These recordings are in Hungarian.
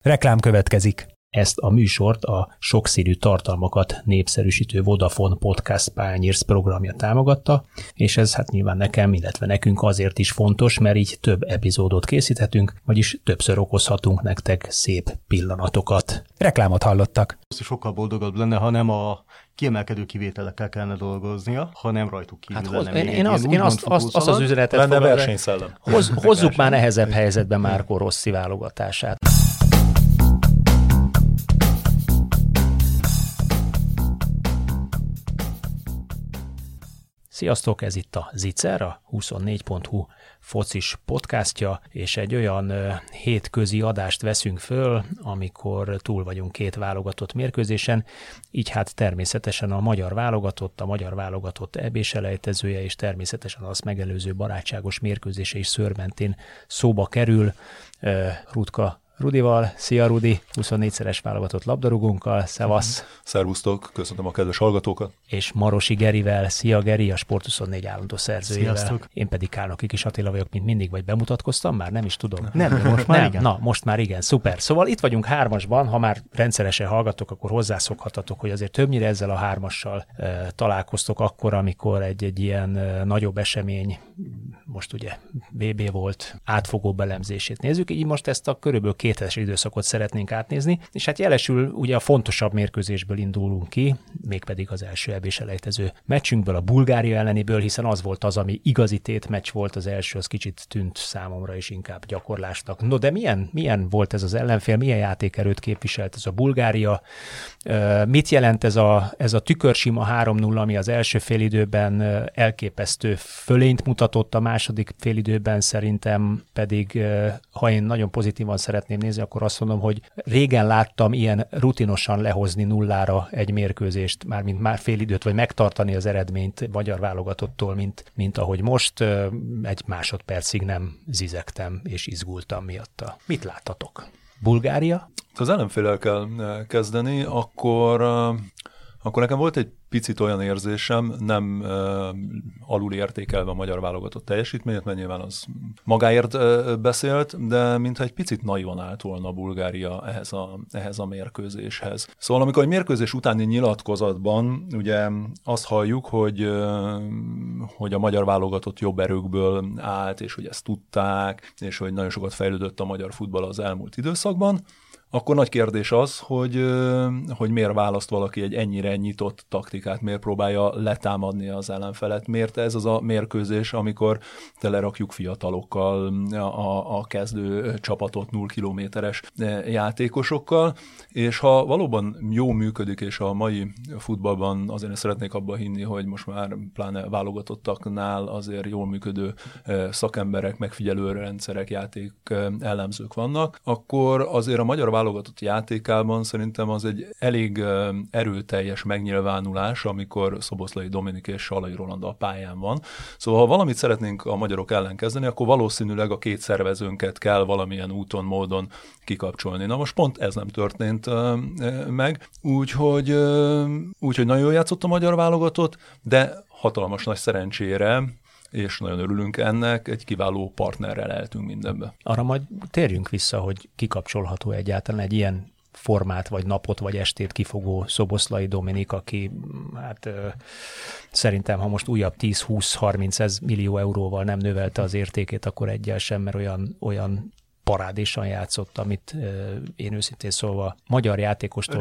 Reklám következik. Ezt a műsort a sokszínű tartalmakat népszerűsítő Vodafone Podcast Pioneers programja támogatta, és ez hát nyilván nekem, illetve nekünk azért is fontos, mert így több epizódot készíthetünk, vagyis többször okozhatunk nektek szép pillanatokat. Reklámot hallottak. Sokkal boldogabb lenne, ha nem a kiemelkedő kivételekkel kellene dolgoznia, hanem rajtuk kívül lenne. Én azt az üzenetet lenne versenyszellem. Hozzuk már nehezebb helyzetbe Marco Rossi válogatását. Sziasztok, ez itt a Zicser, a 24.hu focis podcastja, és egy olyan hétközi adást veszünk föl, amikor túl vagyunk két válogatott mérkőzésen, így hát természetesen a magyar válogatott EB-selejtezője, és természetesen az megelőző barátságos mérkőzése is szőrmentén szóba kerül. Rudival, szia Rudi, 24-szeres válogatott labdarúgónkkal, szevasz! Szervusztok, köszönöm a kedves hallgatókat! És Marosi Gerivel, szia Geri, a Sport24 állandó szerzőjével. Sziasztok. Én pedig Kálnoki Kis Attila vagyok, mint mindig, vagy bemutatkoztam már, nem is tudom. Most már igen. Na, most már igen, szuper. Szóval itt vagyunk hármasban, ha már rendszeresen hallgatok, akkor hozzászokhattatok, hogy azért többnyire ezzel a hármassal találkoztok akkor, amikor egy ilyen nagyobb esemény, most ugye BB volt, átfogó belemzését nézzük, így most ezt a körülbelül 2 hetes időszakot szeretnénk átnézni, és hát jelesül ugye a fontosabb mérkőzésből indulunk ki, mégpedig az első EB-selejtező meccsünkből, a Bulgária ellenéből, hiszen az volt az, ami igazi tétmeccs volt, az első, az kicsit tűnt számomra is inkább gyakorlásnak. No, de milyen volt ez az ellenfél, milyen játékerőt képviselt ez a Bulgária, mit jelent ez a tükörsima 3-0, ami az első félidőben elképesztő fölényt mutatott, a második félidőben szerintem pedig, ha én nagyon pozitívan szeretném nézni, akkor azt mondom, hogy régen láttam ilyen rutinosan lehozni nullára egy mérkőzést, mármint már félidőt, vagy megtartani az eredményt magyar válogatottól, mint ahogy most. Egy másodpercig nem zizegtem és izgultam miatta. Mit láttatok? Bulgária? Az ellenféllel kell kezdeni, akkor nekem volt egy picit olyan érzésem, nem alul értékelve a magyar válogatott teljesítményét, mert nyilván az magáért beszélt, de mintha egy picit naivan állt volna a Bulgária ehhez a mérkőzéshez. Szóval amikor egy mérkőzés utáni nyilatkozatban ugye azt halljuk, hogy a magyar válogatott jobb erőkből állt, és hogy ezt tudták, és hogy nagyon sokat fejlődött a magyar futball az elmúlt időszakban, akkor nagy kérdés az, hogy miért választ valaki egy ennyire nyitott taktikát, miért próbálja letámadni az ellenfelet, miért ez az a mérkőzés, amikor telerakjuk fiatalokkal a kezdő csapatot 0 kilométeres játékosokkal, és ha valóban jó működik, és a mai futballban azért szeretnék abban hinni, hogy most már pláne válogatottaknál azért jól működő szakemberek, megfigyelő rendszerek, játék elemzők vannak, akkor azért a magyar válogatott játékában szerintem az egy elég erőteljes megnyilvánulás, amikor Szoboszlai Dominik és Salai Roland a pályán van. Szóval ha valamit szeretnénk a magyarok ellen kezdeni, akkor valószínűleg a két szervezőnket kell valamilyen úton, módon kikapcsolni. Na most pont ez nem történt meg, úgyhogy nagyon jól játszott a magyar válogatott, de hatalmas nagy szerencsére, és nagyon örülünk ennek, egy kiváló partnerrel eltünk mindenbe. Arra majd térjünk vissza, hogy kikapcsolható egyáltalán egy ilyen formát, vagy napot, vagy estét kifogó Szoboszlai Dominik, aki hát szerintem, ha most újabb 10-20-30 millió euróval nem növelte az értékét, akkor egyel sem, mert olyan parádésan játszott, amit én őszintén szólva magyar játékostól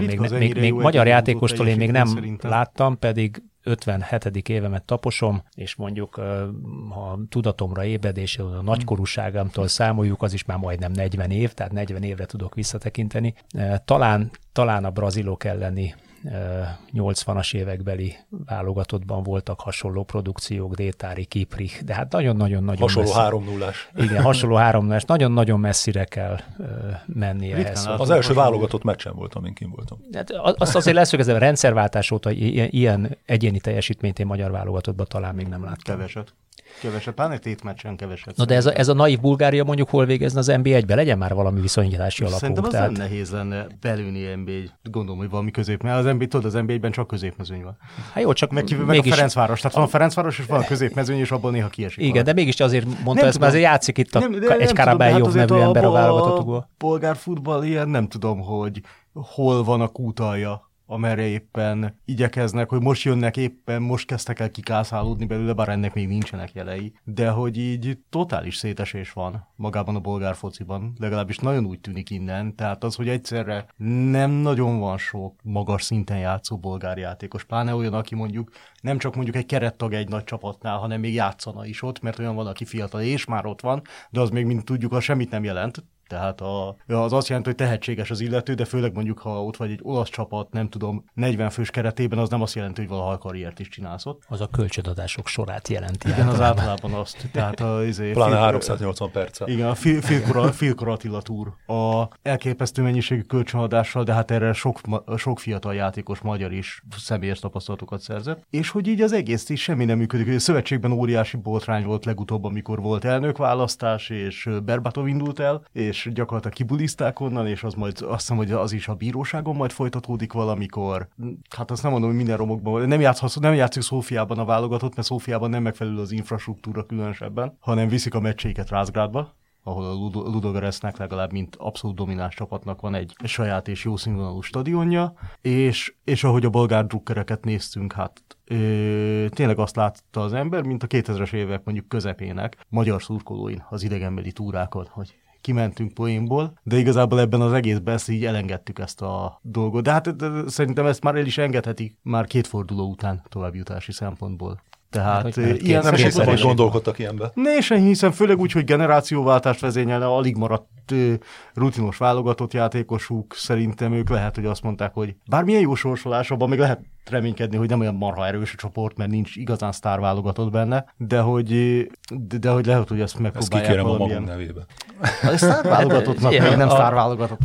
én még nem szerintem láttam, pedig 57. évemet taposom, és mondjuk ha tudatomra ébredésről, a nagykorúságamtól számoljuk, az is már majdnem 40 év, tehát 40 évre tudok visszatekinteni. Talán a brazilok elleni 80-as évekbeli válogatottban voltak hasonló produkciók, Détári, Kiprich, de hát nagyon-nagyon hasonló 3-0-ás. Igen, hasonló 3-0-ás. Nagyon-nagyon messzire kell menni ehhez. Az első válogatott meccsen volt, amin kim voltam. Hát azt azért leszögezve, a rendszerváltás óta ilyen egyéni teljesítményt én magyar válogatottban talán még nem láttam. Keveset. keveset, pláne tétmeccsen keveset. Na de ez a naív Bulgária mondjuk hol végezne az NB1-be? Legyen már valami viszonyítási alapunk. Szerintem az nem nehéz lenne belülni NB1. Gondolom, hogy valami közép, mert az NB1-ben csak középmezőny van. Hát jó, csak meg mégis... a Ferencváros. Tehát van a Ferencváros, és van a középmezőny, és abból néha kiesik. Igen, de mégis azért mondta ezt, mert azért játszik itt egy Karabeljov nevű ember a válogatottból. Bolgár ilyen nem tudom, hogy hol van a kútalja, amerre éppen igyekeznek, hogy most jönnek éppen, most kezdtek el kikászálódni belőle, bár ennek még nincsenek jelei, de hogy így totális szétesés van magában a bolgár fociban, legalábbis nagyon úgy tűnik innen, tehát az, hogy egyszerre nem nagyon van sok magas szinten játszó bolgár játékos, pláne olyan, aki nem csak egy kerettag egy nagy csapatnál, hanem még játszana is ott, mert olyan van, aki fiatal és már ott van, de az még, mint tudjuk, az semmit nem jelent. Tehát az azt jelenti, hogy tehetséges az illető, de főleg mondjuk, ha ott vagy egy olasz csapat, nem tudom, 40 fős keretében, az nem azt jelenti, hogy valaha karriert is csinálsz ott. Az a kölcsönadások sorát jelenti. Igen, az általában azt. Tehát pláne 380 percet. Igen, a Filkor Attila túr. A elképesztő mennyiségű kölcsönadással, de hát erre sok fiatal játékos magyar is személyes tapasztalatokat szerzett. És hogy így az egész is semmi nem működik. A szövetségben óriási botrány volt legutóbb, amikor volt elnökválasztás, és Berbatov indult el, és gyakorlatilag kibulizták onnan, és az majd azt hiszem, hogy az is a bíróságon majd folytatódik valamikor. Hát azt nem mondom, hogy minden romokban. Nem játszik Szófiában a válogatott, mert Szófiában nem megfelelő az infrastruktúra különösebben, hanem viszik a meccseiket Razgrádba, ahol a Ludogoresznek legalább mint abszolút domináns csapatnak van egy saját és jó színvonalú stadionja, és ahogy a bolgár drukkereket néztünk, hát tényleg azt látta az ember, mint a 2000-es évek mondjuk közepének magyar szurkolóin az idegenbeli túrákon, hogy kimentünk poénból, de igazából ebben az egészben ezt így elengedtük ezt a dolgot. De hát szerintem ezt már el is engedhetik már 2 forduló után továbbjutási szempontból. Tehát ilyen nem is hogy gondolkodtak ilyenbe. Ne, sem hiszem, főleg úgy, hogy generációváltást vezényelne, alig maradt rutinos válogatott játékosuk, szerintem ők lehet, hogy azt mondták, hogy bármilyen jó sorsolás, abban még lehet reménykedni, hogy nem olyan marha erős a csoport, mert nincs igazán sztár válogatott benne, de hogy lehet, hogy ezt megpróbálják ezt kikérem valamilyen... a magunk nevébe. A sztár válogatottnak még nem sztár válogatott.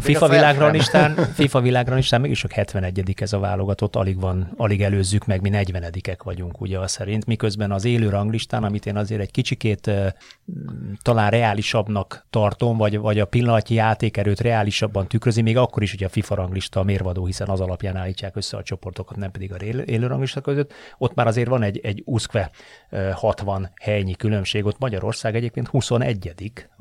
FIFA világranglistán mégis csak 71. ez a válogatott, alig előzzük meg, mi 40-ek vagyunk ugye az szerint, miközben az élő ranglistán, amit én azért egy kicsikét talán reálisabbnak tartom, vagy a pillanatnyi játékerőt reálisabban tükrözi, még akkor is, hogy a FIFA ranglista a mérvadó, hiszen az alapján állítják össze a csoportokat, nem pedig a élő ranglista között. Ott már azért van egy USZKVE 60 helynyi különbség, ott Magyarország egyébként 21.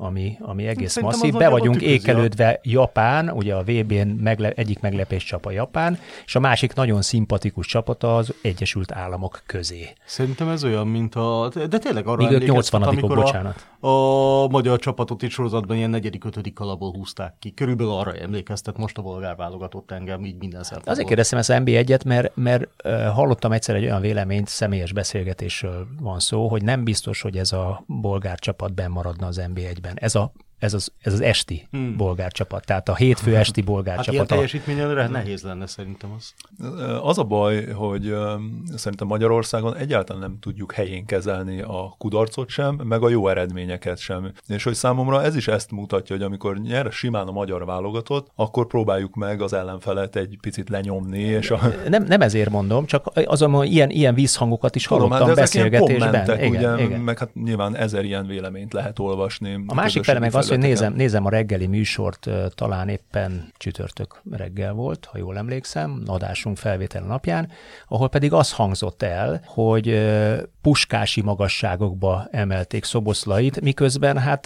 ami egész masszív. Be vagyunk ékelődve Japán, ugye a VB-n egyik meglepés csapa Japán, és a másik nagyon szimpatikus csapata az Egyesült Államok közé. Szerintem ez olyan, mint de tényleg arra még 80-ok, bocsánat. A magyar csapatot itt sorozatban ilyen 4.-5. kalapból húzták ki. Körülbelül arra emlékeztet most a bolgár válogatott engem, így minden szempontból. Azért kérdeztem ezt az NB1-et, mert hallottam egyszer egy olyan véleményt, személyes beszélgetésről van szó, hogy nem biztos, hogy ez a bolgár csapat benn maradna az NB1-ben. Ez az esti bolgár csapat, tehát a hétfő esti bolgár csapat. Ilyen teljesítményre nehéz lenne szerintem az. Az a baj, hogy szerintem Magyarországon egyáltalán nem tudjuk helyén kezelni a kudarcot sem, meg a jó eredményeket sem. És hogy számomra ez is ezt mutatja, hogy amikor nyer simán a magyar válogatott, akkor próbáljuk meg az ellenfelet egy picit lenyomni. És nem ezért mondom, csak azon ilyen vízhangokat is hallottam beszélgetésben. Igen. Meg hát nyilván 1000 ilyen véleményt lehet olvasni. A másik fele meg az, hogy nézem a reggeli műsort, talán éppen csütörtök reggel volt, ha jól emlékszem, adásunk felvétel napján, ahol pedig az hangzott el, hogy puskási magasságokba emelték Szoboszlait, miközben hát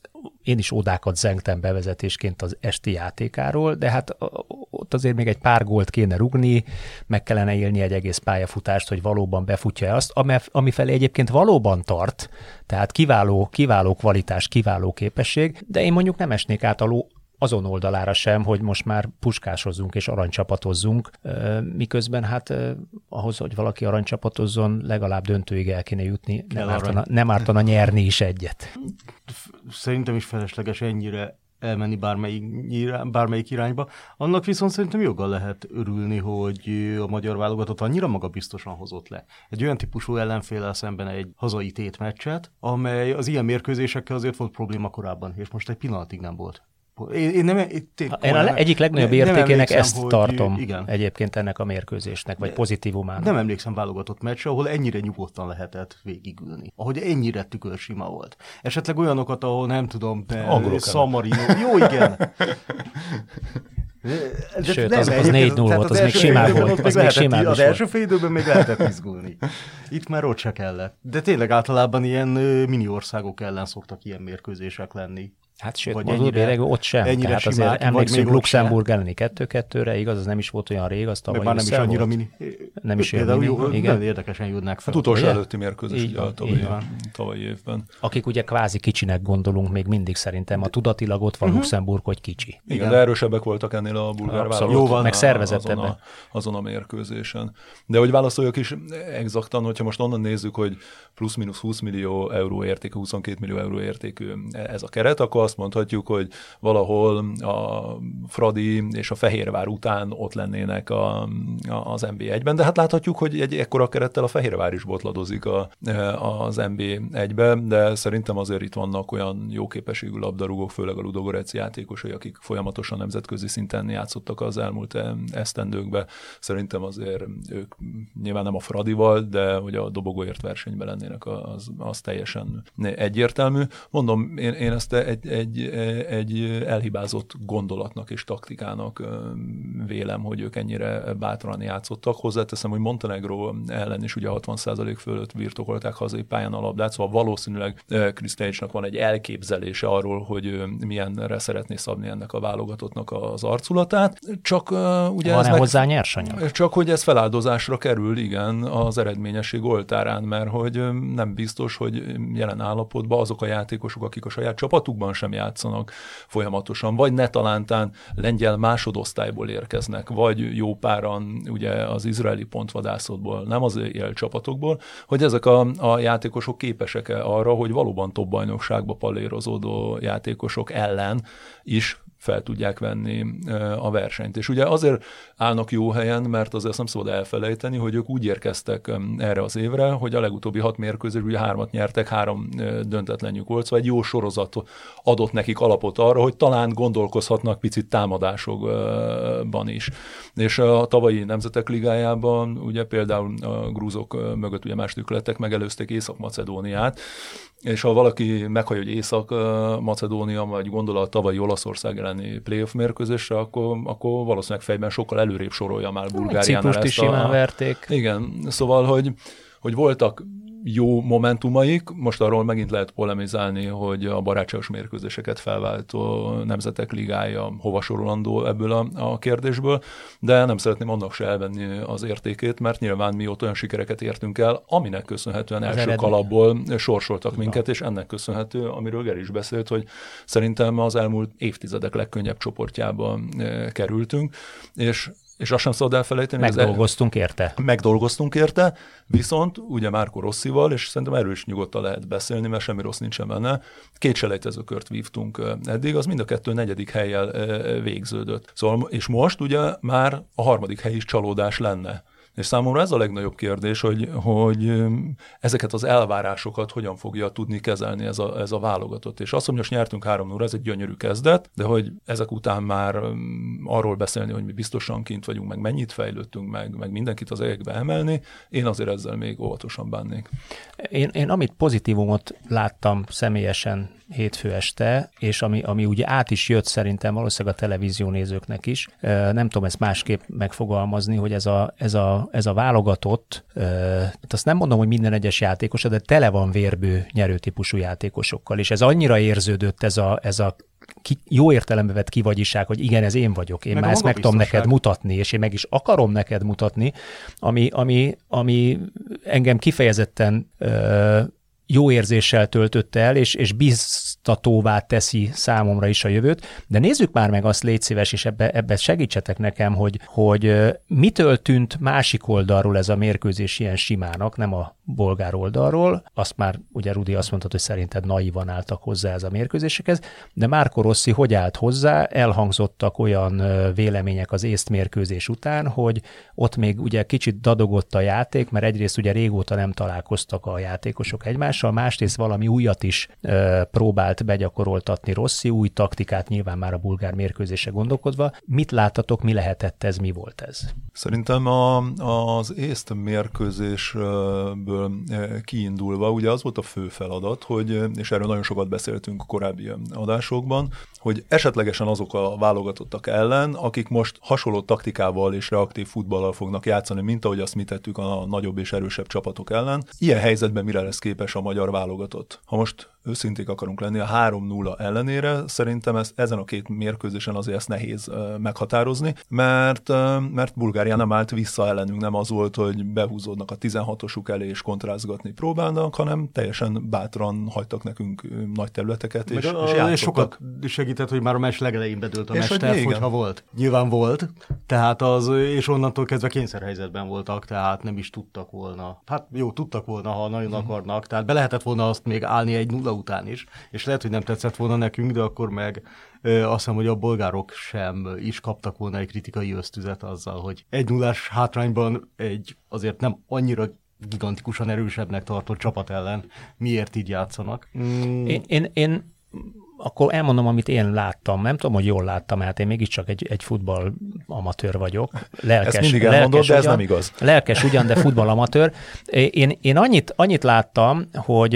én is odákat zengtem bevezetésként az esti játékáról, de hát ott azért még egy pár gólt kéne rugni, meg kellene élni egy egész pályafutást, hogy valóban befutja azt, amifelé egyébként valóban tart, tehát kiváló kvalitás, kiváló képesség, de én mondjuk nem esnék át azon oldalára sem, hogy most már puskásozzunk és aranycsapatozzunk, miközben hát ahhoz, hogy valaki aranycsapatozzon, legalább döntőig el kéne jutni, nem ártana nyerni is egyet. Szerintem is felesleges ennyire elmenni bármelyik irányba. Annak viszont szerintem joggal lehet örülni, hogy a magyar válogatott annyira magabiztosan hozott le egy olyan típusú ellenféllel szemben egy hazai tétmeccset, amely az ilyen mérkőzésekkel azért volt probléma korábban, és most egy pillanatig nem volt. Én egyik legnagyobb értékének ezt tartom egyébként ennek a mérkőzésnek, vagy pozitívumának. Nem emlékszem válogatott meccsre, ahol ennyire nyugodtan lehetett végigülni. Ahogy ennyire tükörsima volt. Esetleg olyanokat, ahol nem tudom, San Marino. Jó, igen. Sőt, az 4-0 volt, az még simán volt. Az első fél időben még lehetett izgulni. Itt már ott se kellett. De tényleg általában ilyen mini országok ellen szoktak ilyen mérkőzések lenni. Hát sőt, ott sem. Tehát azért emlékszünk Luxemburg elleni 2-2-re, igaz, az nem is volt olyan rég, az tavaly nem is annyira volt. Mini. Nem is olyan mini, igen. Érdekesen jutnák fel. Hát utolsó előtti mérkőzés a tavalyi évben. Akik ugye kvázi kicsinek gondolunk még mindig szerintem, a tudatilag ott van Luxemburg, hogy kicsi. Igen, de erősebbek voltak ennél a bulgár válogatott. Meg szervezettebben. Azon a mérkőzésen. De hogy válaszoljak is exaktan, hogyha most onnan nézzük, hogy plusz-minusz 20 millió euró értékű, 22 millió euró értékű ez a keret, akkor azt mondhatjuk, hogy valahol a Fradi és a Fehérvár után ott lennének az NB1-ben, de hát láthatjuk, hogy egy ekkora kerettel a Fehérvár is botladozik az NB1-be, de szerintem azért itt vannak olyan jó képességű labdarúgók, főleg a Ludogorets játékosai, akik folyamatosan nemzetközi szinten játszottak az elmúlt esztendőkben. Szerintem azért ők nyilván nem a Fradival, de hogy a dobogóért versenyben lennének, az teljesen egyértelmű. Mondom, én ezt egy elhibázott gondolatnak és taktikának vélem, hogy ők ennyire bátran játszottak. Hozzáteszem, hogy Montenegro ellen is ugye 60% fölött birtokolták hazai pályán a labdát, szóval valószínűleg Krisztiánicsnak van egy elképzelése arról, hogy milyenre szeretné szabni ennek a válogatottnak az arculatát. Csak ugye van-e hozzá nyersanyag? Csak hogy ez feláldozásra kerül, igen, az eredményesség oltárán, mert hogy nem biztos, hogy jelen állapotban azok a játékosok, akik a saját csapatukban sem játszanak folyamatosan, vagy netalántán lengyel másodosztályból érkeznek, vagy jó páran ugye az izraeli pontvadászatból, nem az élcsapatokból, hogy ezek a játékosok képesek-e arra, hogy valóban top bajnokságba pallérozódó játékosok ellen is fel tudják venni a versenyt. És ugye azért állnak jó helyen, mert azért nem szabad elfelejteni, hogy ők úgy érkeztek erre az évre, hogy a legutóbbi 6 mérkőzés, ugye 3-at nyertek, 3 döntetlenjük volt, szóval egy jó sorozat adott nekik alapot arra, hogy talán gondolkozhatnak picit támadásokban is. És a tavalyi Nemzetek Ligájában ugye például a grúzok mögött ugye második lettek, megelőzték Észak-Macedóniát, és ha valaki meghallja, hogy Észak-Macedónia, vagy gondol a tavalyi Olaszország elleni playoff mérkőzésre, akkor valószínűleg fejben sokkal előrébb sorolja már Bulgáriánál ezt Ciprust is simán verték. Igen, szóval, hogy voltak jó momentumaik, most arról megint lehet polemizálni, hogy a barátságos mérkőzéseket felváltó Nemzetek Ligája hova sorolandó ebből a kérdésből, de nem szeretném annak se elvenni az értékét, mert nyilván mi ott olyan sikereket értünk el, aminek köszönhetően az első kalapból sorsoltak minket, és ennek köszönhető, amiről Geri is beszélt, hogy szerintem az elmúlt évtizedek legkönnyebb csoportjába kerültünk, és azt sem szabad elfelejteni. Megdolgoztunk érte, viszont ugye Marco Rossival, és szerintem erről is nyugodtan lehet beszélni, mert semmi rossz nincsen benne, 2 selejtezőkört vívtunk eddig, az mind a 2 negyedik hellyel végződött. Szóval, és most ugye már a 3. hely is csalódás lenne. És számomra ez a legnagyobb kérdés, hogy ezeket az elvárásokat hogyan fogja tudni kezelni ez a válogatott. És azt, hogy most nyertünk 3-0, ez egy gyönyörű kezdet, de hogy ezek után már arról beszélni, hogy mi biztosan kint vagyunk, meg mennyit fejlődtünk, meg mindenkit az égbe emelni, én azért ezzel még óvatosan bánnék. Én amit pozitívumot láttam személyesen hétfő este, és ami ugye át is jött szerintem valószínűleg a televíziónézőknek is, nem tudom ezt másképp megfogalmazni, hogy ez a válogatott, azt nem mondom, hogy minden egyes játékos, de tele van vérbő nyerőtípusú játékosokkal, és ez annyira érződött ez a jó értelembe vett kivagyiság, hogy igen, ez én vagyok, én már ezt meg tudom neked mutatni, és én meg is akarom neked mutatni, ami engem kifejezetten jó érzéssel töltötte el, és biztatóvá teszi számomra is a jövőt. De nézzük már meg azt, légy szíves, és ebbe segítsetek nekem, hogy mitől tűnt másik oldalról ez a mérkőzés ilyen simának, nem a bolgár oldalról. Azt már ugye Rudi azt mondta, hogy szerinted naívan álltak hozzá ez a mérkőzésekhez, de Marco Rossi hogy állt hozzá? Elhangzottak olyan vélemények az észt mérkőzés után, hogy ott még ugye kicsit dadogott a játék, mert egyrészt ugye régóta nem találkoztak a játékosok egymással, egymással, másrészt valami újat is próbált begyakoroltatni Rossi, új taktikát nyilván már a bulgár mérkőzésre gondolkodva. Mit láttatok, mi lehetett ez, mi volt ez? Szerintem az észt mérkőzésből kiindulva, ugye az volt a fő feladat, hogy, és erről nagyon sokat beszéltünk korábbi adásokban, hogy esetlegesen azok a válogatottak ellen, akik most hasonló taktikával és reaktív futballal fognak játszani, mint ahogy azt mi tettük a nagyobb és erősebb csapatok ellen. Ilyen helyzetben mire lesz képes a magyar válogatott? Ha most őszinték akarunk lenni, a 3-0 ellenére szerintem ezen a két mérkőzésen azért ezt nehéz meghatározni, mert Bulgária nem állt vissza ellenünk, nem az volt, hogy behúzódnak a 16-osuk elé és kontrázgatni próbálnak, hanem teljesen bátran hagytak nekünk nagy területeket, és játszottak. Sokat segített, hogy már a meccs legelején bedőlt a mester, hogyha volt. Nyilván volt, tehát és onnantól kezdve kényszerhelyzetben voltak, tehát nem is tudtak volna. Hát jó, tudtak volna, ha nagyon akarnak, tehát be lehetett volna azt még állni egy 0 után is, és lehet, hogy nem tetszett volna nekünk, de akkor meg azt hiszem, hogy a bolgárok sem is kaptak volna egy kritikai ösztüzet azzal, hogy 1-0-ás hátrányban egy azért nem annyira gigantikusan erősebbnek tartott csapat ellen miért így játszanak. Én akkor elmondom, amit én láttam. Nem tudom, hogy jól láttam, hát én mégiscsak egy futball amatőr vagyok. Ezt mindig elmondod, de ez nem igaz. Lelkes ugyan, de futball amatőr. Én annyit láttam, hogy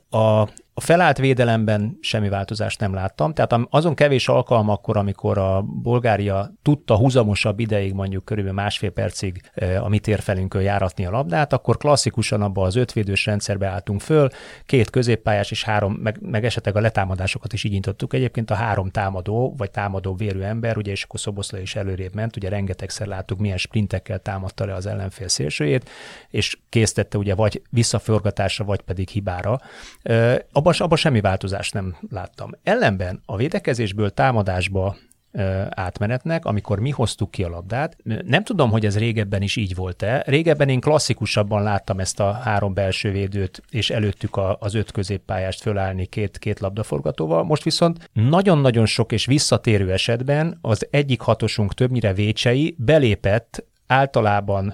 a felállt védelemben semmi változást nem láttam, tehát azon kevés alkalmakkor, amikor a Bulgária tudta húzamosabb ideig, mondjuk körülbelül másfél percig a mi térfelünkön járatni a labdát, akkor klasszikusan abba az 5 védős rendszerbe álltunk föl, 2 középpályás és 3, meg esetleg a letámadásokat is így indítottuk. Egyébként a 3 támadó, vagy támadó vérű ember, ugye, és akkor Szoboszlai is előrébb ment, ugye rengetegszer láttuk, milyen sprintekkel támadta le az ellenfél szélsőjét, és késztette ugye vagy visszaforgatásra, vagy pedig hibára. Abban semmi változást nem láttam. Ellenben a védekezésből támadásba átmenetnek, amikor mi hoztuk ki a labdát. Nem tudom, hogy ez régebben is így volt-e. Régebben én klasszikusabban láttam ezt a 3 belső védőt, és előttük az 5 középpályást fölállni két labdaforgatóval. Most viszont nagyon-nagyon sok és visszatérő esetben az egyik hatosunk, többnyire Vécsei belépett általában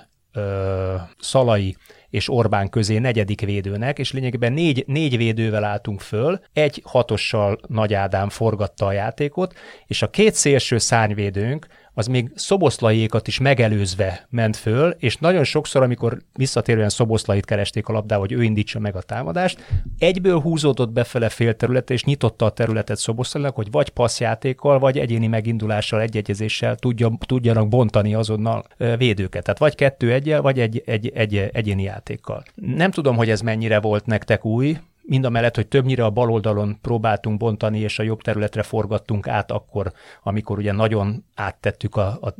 Szalai és Orbán közé 4. védőnek, és lényegében 4 védővel álltunk föl, 1 hatossal Nagy Ádám forgatta a játékot, és a 2 szélső szárnyvédőnk az még Szoboszlaiékat is megelőzve ment föl, és nagyon sokszor, amikor visszatérően Szoboszlait keresték a labdával, hogy ő indítsa meg a támadást, egyből húzódott befele félterületre, és nyitotta a területet Szoboszlainak, hogy vagy passzjátékkal, vagy egyéni megindulással, egyegyezéssel tudjanak bontani azonnal védőket. Tehát vagy 2-1-jel, vagy egy egyéni játékkal. Nem tudom, hogy ez mennyire volt nektek új, mindamellett, hogy többnyire a bal oldalon próbáltunk bontani, és a jobb területre forgattunk át akkor, amikor ugye nagyon áttettük,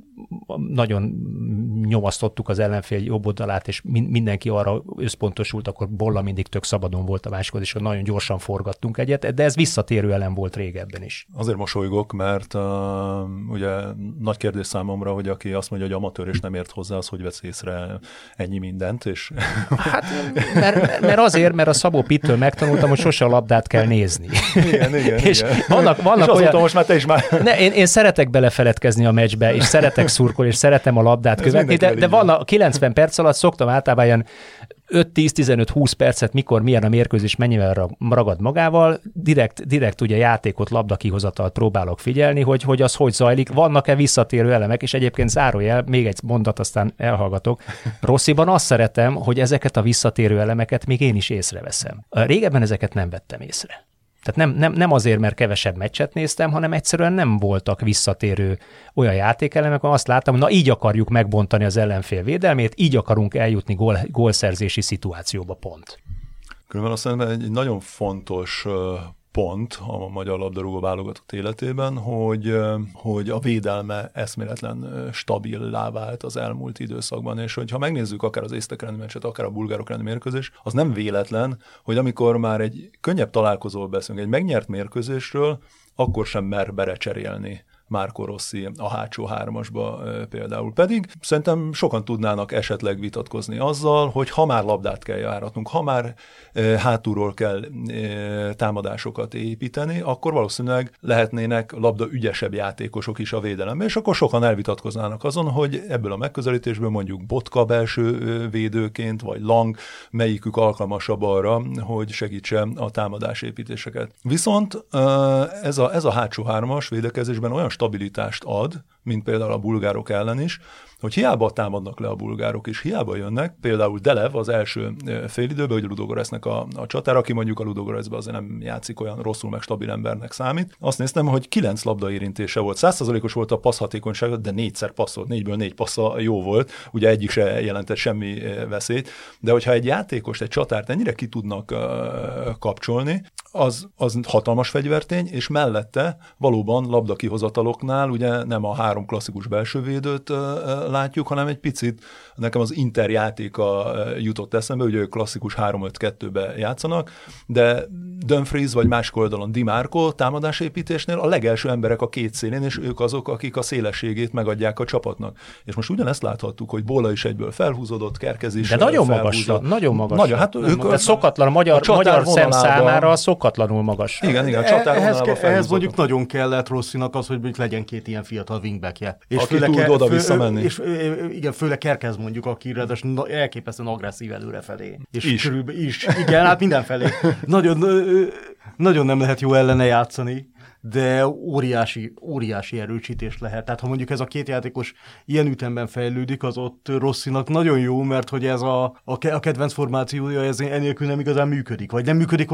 nagyon nyomasztottuk az ellenfél jobb oldalát, és mindenki arra összpontosult, akkor Bolla mindig tök szabadon volt a másikhoz, és nagyon gyorsan forgattunk egyet, de ez visszatérő elem volt régebben is. Azért mosolygok, mert ugye nagy kérdés számomra, hogy aki azt mondja, hogy amatőr és nem ért hozzá, az hogy vesz észre ennyi mindent, és... Hát, mert azért, mert a Szabó Pittől megtanultam, hogy sose a labdát kell nézni. Igen. És vannak és olyan... most már te is már... Én szeretek belefeledkezni a meccsbe, és szeretek szurkolni, és szeretem a labdát követni, de van a 90 perc alatt szoktam általában ilyen 5-10-15-20 percet, mikor milyen a mérkőzés, mennyivel ragad magával, direkt ugye játékot, labdakihozatalt próbálok figyelni, hogy az hogy zajlik, vannak-e visszatérő elemek, és egyébként zárójel, még egy mondat, aztán elhallgatok. Rossziban azt szeretem, hogy ezeket a visszatérő elemeket még én is észreveszem. Régebben ezeket nem vettem észre. Tehát nem azért, mert kevesebb meccset néztem, hanem egyszerűen nem voltak visszatérő olyan játékelemek, ahol azt láttam, hogy na így akarjuk megbontani az ellenfél védelmét, így akarunk eljutni gólszerzési szituációba, pont. Különben azt mondom, egy nagyon fontos pont a magyar labdarúgó válogatott életében, hogy a védelme eszméletlen stabilá vált az elmúlt időszakban, és hogyha megnézzük akár az észtek elleni meccset, akár a bulgárok elleni mérkőzés, az nem véletlen, hogy amikor már egy könnyebb találkozóról beszélünk, egy megnyert mérkőzésről, akkor sem mer berecserélni Marco Rossi a hátsó hármasba például. Pedig szerintem sokan tudnának esetleg vitatkozni azzal, hogy ha már labdát kell járatnunk, ha már hátulról kell támadásokat építeni, akkor valószínűleg lehetnének labda ügyesebb játékosok is a védelemben, és akkor sokan elvitatkoznának azon, hogy ebből a megközelítésből mondjuk Botka belső védőként, vagy Lang, melyikük alkalmasabb arra, hogy segítse a támadásépítéseket. Viszont ez a hátsó hármas védekezésben olyan stabilitást ad, mint például a bulgárok ellen is, hogy hiába támadnak le a bulgárok, és hiába jönnek, például Delev az első félidőben, hogy Ludogoresznek a csatár, aki mondjuk a Ludogoreszben azért nem játszik olyan rosszul, meg stabil embernek számít. Azt néztem, hogy 9 labdaérintése volt. 100%-os volt a passzhatékonysága, de 4-szer passzolt, 4-ből 4 passza jó volt. Ugye egyik se jelentett semmi veszélyt, de hogyha egy játékost, egy csatárt ennyire ki tudnak kapcsolni, az hatalmas fegyvertény, és mellette valóban labdakihozataloknál ugye nem a 3 klasszikus belsővédőt látjuk, hanem egy picit nekem az Inter játéka jutott eszembe, ugye ők klasszikus 3-5-2-be játszanak, de Dumfries vagy másik oldalon Di Marco támadásépítésnél a legelső emberek a két szélén, és ők azok, akik a szélességét megadják a csapatnak. És most ugyanezt láthattuk, hogy Bola is egyből felhúzódott, Kerkez is de nagyon magasra, nagyon magasra. Nagyon, hát ők szokatlan, a magyar szem számára szokatlanul magas. Igen, a csatárvonalba ehhez mondjuk nagyon kellett Rossinak az, hogy legyen 2 ilyen fiatal wingbackje. És aki tud oda-vissza menni. És igen, főleg Kerkez mondjuk, aki ráadásul elképesztően agresszív előrefelé. És körülbelül is. Igen, hát mindenfelé. Nagyon nem lehet jó ellene játszani, de óriási erősítés lehet. Tehát ha mondjuk ez a 2 játékos ilyen ütemben fejlődik, az ott Rossinak nagyon jó, mert hogy ez a kedvenc formációja ez enélkül nem igazán működik, vagy nem működik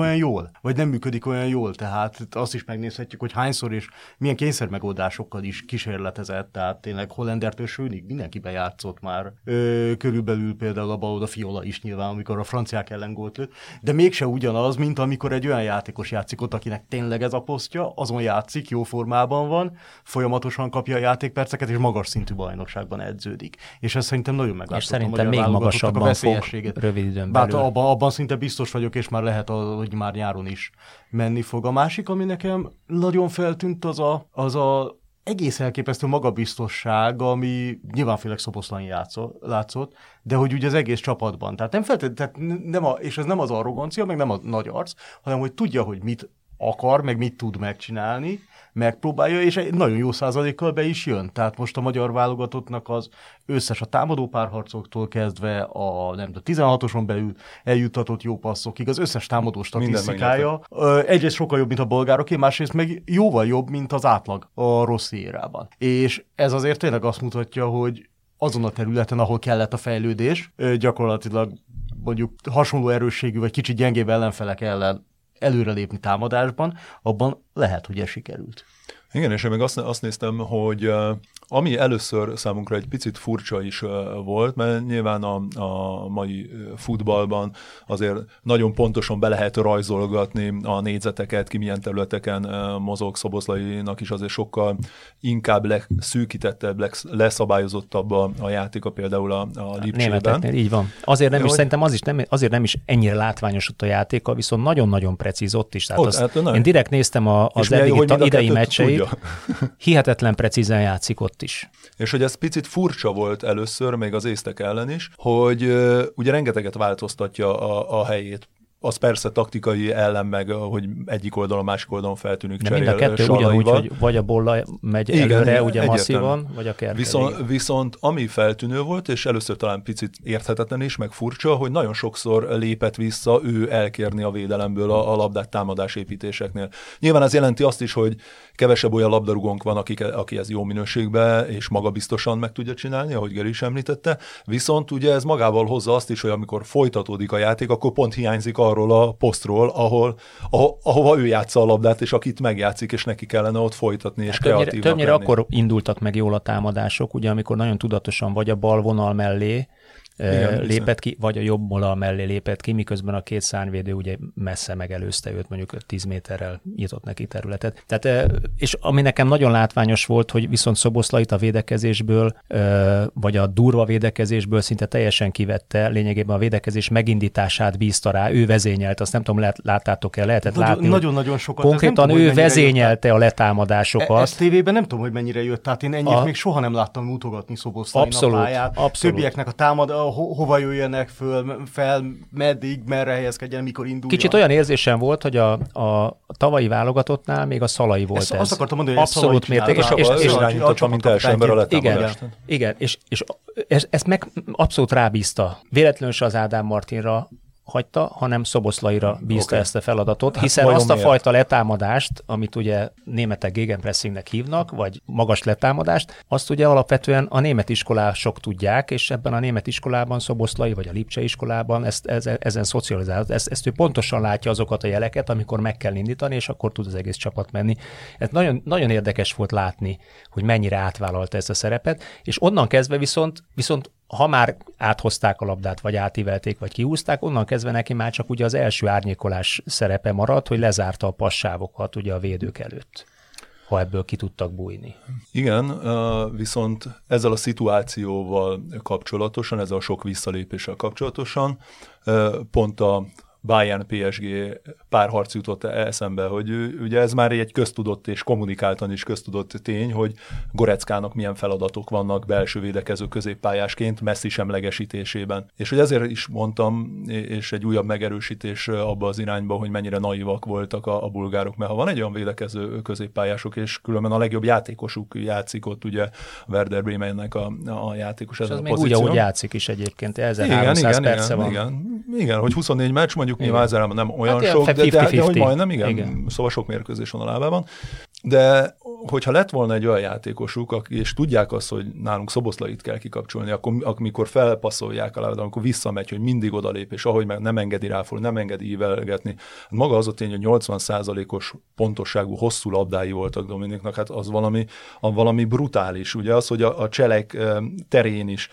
olyan jól. Tehát azt is megnézhetjük, hogy hányszor és milyen kényszermegoldásokkal is kísérletezett, tehát tényleg Hollandertől Schönig mindenki bejátszott már. Körülbelül például a bal oda Fiola is nyilván, amikor a franciák ellen gólt lőtt, de mégse ugyanaz, mint amikor egy olyan játékos játszik ott, akinek tényleg ez a posztja, azon játszik, jó formában van, folyamatosan kapja a játékperceket, és magas szintű bajnokságban edződik. És ez szerintem nagyon meglátszott. És szerintem még magasabban fog rövid időn belül. Abban szinte biztos vagyok, és már lehet, hogy már nyáron is menni fog. A másik, ami nekem nagyon feltűnt, az a egész elképesztő magabiztosság, ami nyilván főleg Szoboszlai látszott, de hogy ugye az egész csapatban. Tehát nem feltétlenül, és ez nem az arrogancia, meg nem a nagy arc, hanem hogy tudja, hogy mit akar, meg mit tud megcsinálni, megpróbálja, és egy nagyon jó százalékkal be is jön. Tehát most a magyar válogatottnak az összes a támadó párharcoktól kezdve a 16-oson belül eljuttatott jó passzokig, az összes támadó statisztikája egyrészt sokkal jobb, mint a bolgároké, másrészt meg jóval jobb, mint az átlag a Rossi érában. És ez azért tényleg azt mutatja, hogy azon a területen, ahol kellett a fejlődés, gyakorlatilag mondjuk hasonló erősségű vagy kicsit gyengébb ellenfelek ellen előrelépni támadásban, abban lehet, hogy ez sikerült. Igen, és én meg azt néztem, hogy ami először számunkra egy picit furcsa is volt, mert nyilván a mai futballban azért nagyon pontosan be lehet rajzolgatni a négyzeteket, ki milyen területeken mozog. Szoboszlainak is azért sokkal inkább szűkítettebb, leszabályozottabb a játéka például a Lipcsében. Németeknél így van. Azért nem is, szerintem azért nem is ennyire látványos ott a játéka, viszont nagyon-nagyon precíz ott is. Tehát én direkt néztem az idei meccseit, hihetetlen precízen játszik ott is. És hogy ez picit furcsa volt először, még az észtek ellen is, hogy ugye rengeteget változtatja a helyét. Az persze taktikai ellen meg, hogy egyik oldalon, másik oldalon feltűnik cserél. De mind a kettő ugyanúgy, hogy vagy a Bolla megy előre, ugye masszívan, vagy a Kerkel. Viszont ami feltűnő volt, és először talán picit érthetetlen is, meg furcsa, hogy nagyon sokszor lépett vissza ő elkérni a védelemből a labdát támadásépítéseknél. Nyilván ez jelenti azt is, hogy kevesebb olyan labdarúgónk van, aki ez jó minőségben és magabiztosan meg tudja csinálni, ahogy Geri is említette. Viszont ugye ez magával hozza azt is, hogy amikor folytatódik a játék, akkor pont hiányzik arról a posztról, ahova ő játsza a labdát, és akit megjátszik, és neki kellene ott folytatni, és kreatívnak többnyire akkor indultak meg jól a támadások, ugye amikor nagyon tudatosan vagy a bal vonal mellé lépett ki, vagy a jobb mola mellé lépett ki, miközben a két szárnyvédő ugye messze megelőzte őt, mondjuk 10 méterrel nyitott neki területet. Tehát, és ami nekem nagyon látványos volt, hogy viszont Szoboszlait a védekezésből, vagy a durva védekezésből szinte teljesen kivette, lényegében a védekezés megindítását bízta rá, ő vezényelt, azt nem tudom, láttátok-e, lehetett látni. Nagyon sokat. Konkrétan ő vezényelte a letámadásokat. Ez tévében nem tudom, hogy mennyire jött, tehát én ennyit még soha nem láttam mutogatni Szoboszlainak pályát. Abszolút. Többieknek a hova jöjjenek fel, meddig, merre helyezkedjen, mikor induljon. Kicsit olyan érzésem volt, hogy a tavalyi válogatottnál még a Szalai volt ez. Azt akartam mondani, hogy abszolút mértékben. És irányítottam, mint első ember a letámadást. Igen, és ezt meg abszolút rábízta. Véletlenül se az Ádám Martinra hagyta, hanem Szoboszlaira bízta ezt a feladatot, hiszen azt a fajta letámadást, amit ugye németek gegenpressingnek hívnak, vagy magas letámadást, azt ugye alapvetően a német iskolások tudják, és ebben a német iskolában Szoboszlai, vagy a Lipcse iskolában ezen szocializálódott. Ezt ő pontosan látja azokat a jeleket, amikor meg kell indítani, és akkor tud az egész csapat menni. Ez nagyon, nagyon érdekes volt látni, hogy mennyire átvállalta ezt a szerepet, és onnan kezdve viszont ha már áthozták a labdát, vagy átívelték, vagy kihúzták, onnan kezdve neki már csak ugye az első árnyékolás szerepe maradt, hogy lezárta a passávokat ugye a védők előtt, ha ebből ki tudtak bújni. Igen, viszont ezzel a szituációval kapcsolatosan, ezzel a sok visszalépéssel kapcsolatosan pont a Bayern PSG párharc jutott eszembe, hogy ugye ez már egy köztudott és kommunikáltan is köztudott tény, hogy Goreckának milyen feladatok vannak belső védekező középpályásként Messi semlegesítésében. És hogy ezért is mondtam, és egy újabb megerősítés abba az irányba, hogy mennyire naivak voltak a bulgárok, mert ha van egy olyan védekező középpályások, és különben a legjobb játékosuk játszik ott, ugye Werder Bremennek a játékos ezen a pozíción. És az még úgy játszik is egyébként, 1300 perce van. Igen, hogy 24 meccs, mondjuk nyilván ezzel nem olyan hát sok, de hogy majdnem, igen, szóval sok mérkőzés van a lábában. De hogyha lett volna egy olyan játékosuk, és tudják azt, hogy nálunk Szoboszlait kell kikapcsolni, akkor amikor felpasszolják a lábát, amikor visszamegy, hogy mindig odalép, és ahogy meg nem engedi ráfordulni, nem engedi ívelgetni. Maga az a tény, hogy 80%-os pontosságú hosszú labdái voltak Dominiknak, hát az valami brutális. Ugye az, hogy a cselek terén is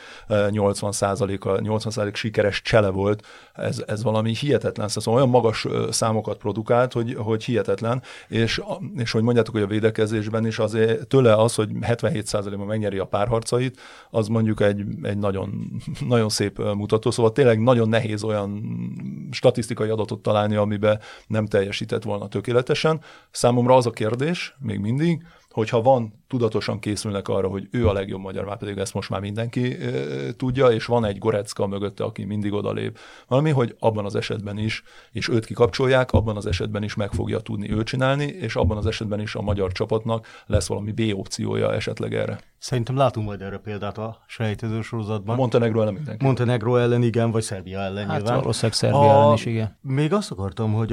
80% sikeres csele volt, ez valami hihetetlen, szóval olyan magas számokat produkált, hogy hihetetlen, és hogy mondjátok, hogy a védekezésben is azért tőle az, hogy 77%-ban megnyeri a párharcait, az mondjuk egy nagyon, nagyon szép mutató, szóval tényleg nagyon nehéz olyan statisztikai adatot találni, amiben nem teljesített volna tökéletesen. Számomra az a kérdés, még mindig, hogyha tudatosan készülnek arra, hogy ő a legjobb magyar, már pedig ezt most már mindenki tudja, és van egy Gorecka mögötte, aki mindig odalép. Valami, hogy abban az esetben is, és őt kikapcsolják, abban az esetben is meg fogja tudni ő csinálni, és abban az esetben is a magyar csapatnak lesz valami B opciója esetleg erre. Szerintem látunk majd erre példát a selejtező sorozatban. Montenegro ellen mindenki. Montenegro ellen igen, vagy Szerbia ellen hát nyilván. Valószínűleg Szerbia ellen is, igen. Még azt akartam, hogy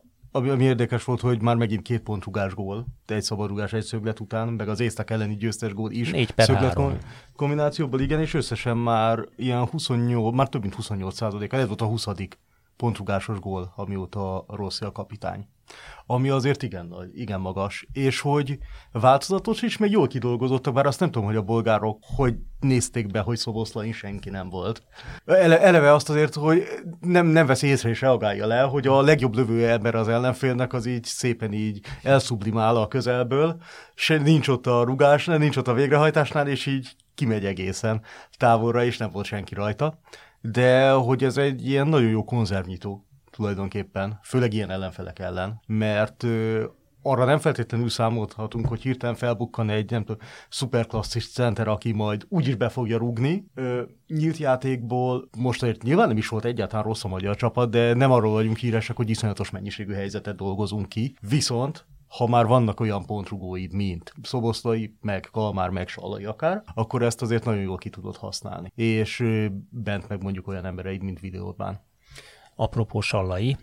ami érdekes volt, hogy már megint 2 pontrugás gól, de egy szabadrugás egy szöglet után, meg az észtek elleni győztes gól is. 4/3. Kombinációból, igen, és összesen már ilyen 28, már több mint 28%-kal, ez volt a 20. pontrugásos gól, amióta Rossi a kapitány. Ami azért igen magas, és hogy változatos is, még jól kidolgozottak, bár azt nem tudom, hogy a bolgárok hogy nézték be, hogy Szoboszlain senki nem volt. Eleve azt azért, hogy nem veszi észre és reagálja le, hogy a legjobb lövő ember az ellenfélnek az így szépen így elszublimál a közelből, se nincs ott a rugásnál, nincs ott a végrehajtásnál, és így kimegy egészen távolra, és nem volt senki rajta. De hogy ez egy ilyen nagyon jó konzervnyitó tulajdonképpen, főleg ilyen ellenfelek ellen, mert arra nem feltétlenül számolhatunk, hogy hirtelen felbukkan egy nem tudom, szuperklasszis center, aki majd úgyis be fogja rúgni. Nyílt játékból most azért nyilván nem is volt egyáltalán rossz a magyar csapat, de nem arról vagyunk híresek, hogy iszonyatos mennyiségű helyzetet dolgozunk ki. Viszont ha már vannak olyan pontrugóid, mint Szoboszlai, meg Kalmár, meg Sallai akár, akkor ezt azért nagyon jól ki tudod használni. És bent meg mondjuk olyan embereid, mint Videóban. Apropó Sallai,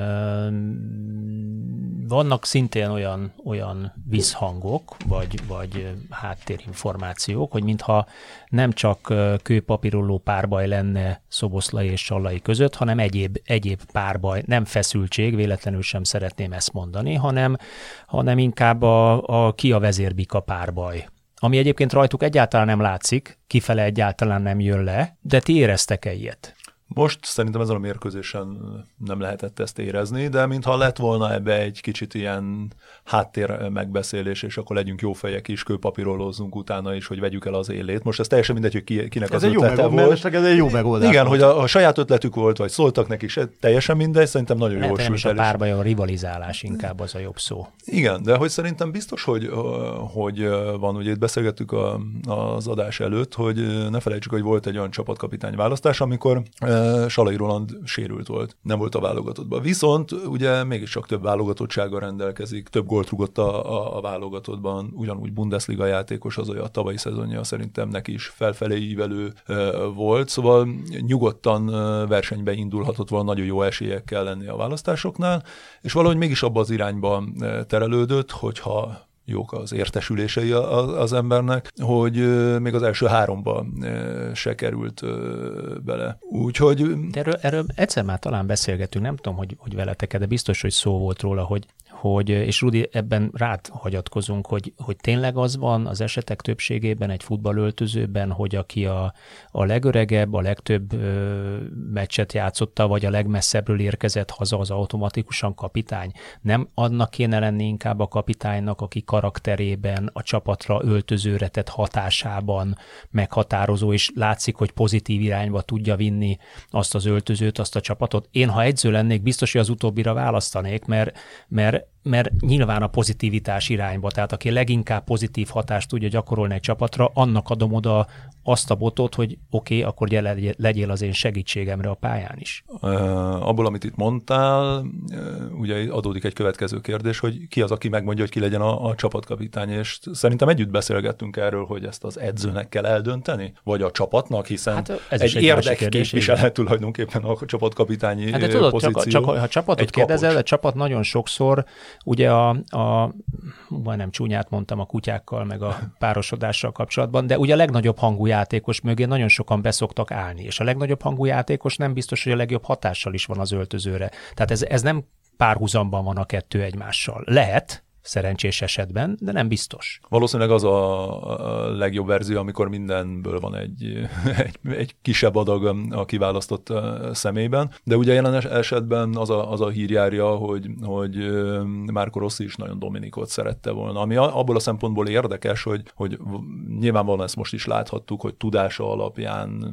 vannak szintén olyan visszhangok, vagy háttérinformációk, hogy mintha nem csak kőpapírolló párbaj lenne Szoboszlai és Sallai között, hanem egyéb párbaj, nem feszültség, véletlenül sem szeretném ezt mondani, hanem inkább ki a vezérbika párbaj ami egyébként rajtuk egyáltalán nem látszik, kifele egyáltalán nem jön le, de ti éreztek-e ilyet? Most szerintem ezen a mérkőzésen nem lehetett ezt érezni, de mintha lett volna ebbe egy kicsit ilyen háttér megbeszélés, és akkor legyünk jó fejek is, kőpapírolózzunk utána is, hogy vegyük el az élét. Most ez teljesen mindegy, hogy kinek az ötlete volt. Ez egy jó megoldás. Igen, hogy a saját ötletük volt, vagy szóltak neki, teljesen mindegy, szerintem nagyon jól sült el. A párbaj, a rivalizálás inkább az a jobb szó. Igen, de hogy szerintem biztos, hogy van, ugye itt beszélgettük az adás előtt, hogy ne felejtsük, hogy volt egy olyan csapatkapitány választás, amikor Salai Roland sérült volt, nem volt a válogatottban. Viszont ugye mégiscsak több válogatottsággal rendelkezik, több gólt rúgott a válogatottban, ugyanúgy Bundesliga játékos, az olyan tavalyi szezonja szerintem neki is felfelé ívelő volt, szóval nyugodtan versenybe indulhatott volna, nagyon jó esélyekkel lenni a választásoknál, és valahogy mégis abba az irányba terelődött, hogyha jók az értesülései az embernek, hogy még az első 3-ba se került bele. Úgyhogy... Erről egyszer már talán beszélgetünk, nem tudom, hogy veletek, de biztos, hogy szó volt róla, hogy és Rudi, ebben rád hagyatkozunk, hogy tényleg az van az esetek többségében egy futballöltözőben, hogy aki a legöregebb, a legtöbb meccset játszotta, vagy a legmesszebbről érkezett haza, az automatikusan kapitány. Nem annak kéne lenni inkább a kapitánynak, aki karakterében, a csapatra öltözőre tett hatásában meghatározó, és látszik, hogy pozitív irányba tudja vinni azt az öltözőt, azt a csapatot. Én, ha edző lennék, biztos, hogy az utóbbira választanék, mert nyilván a pozitivitás irányba, tehát aki leginkább pozitív hatást tudja gyakorolni egy csapatra, annak adom oda azt a botot, hogy oké, akkor legyél az én segítségemre a pályán is. Abból, amit itt mondtál, ugye adódik egy következő kérdés, hogy ki az, aki megmondja, hogy ki legyen a csapatkapitány, és szerintem együtt beszélgettünk erről, hogy ezt az edzőnek kell eldönteni, vagy a csapatnak, hiszen ez egy érdekképviselet tulajdonképpen a csapatkapitányi pozíció. Csak ha csapatot kérdezel, a csapat nagyon sokszor, ugye majdnem csúnyát mondtam a kutyákkal, meg a párosodással kapcsolatban, de ugye a legnagyobb hangú játékos mögé nagyon sokan beszoktak állni, és a legnagyobb hangú játékos nem biztos, hogy a legjobb hatással is van az öltözőre. Tehát ez nem párhuzamban van a kettő egymással. Lehet, szerencsés esetben, de nem biztos. Valószínűleg az a legjobb verzió, amikor mindenből van egy kisebb adag a kiválasztott személyben, de ugye jelen esetben az a hír járja, hogy Marco Rossi is nagyon Dominikot szerette volna, ami abból a szempontból érdekes, hogy nyilvánvalóan ezt most is láthattuk, hogy tudása alapján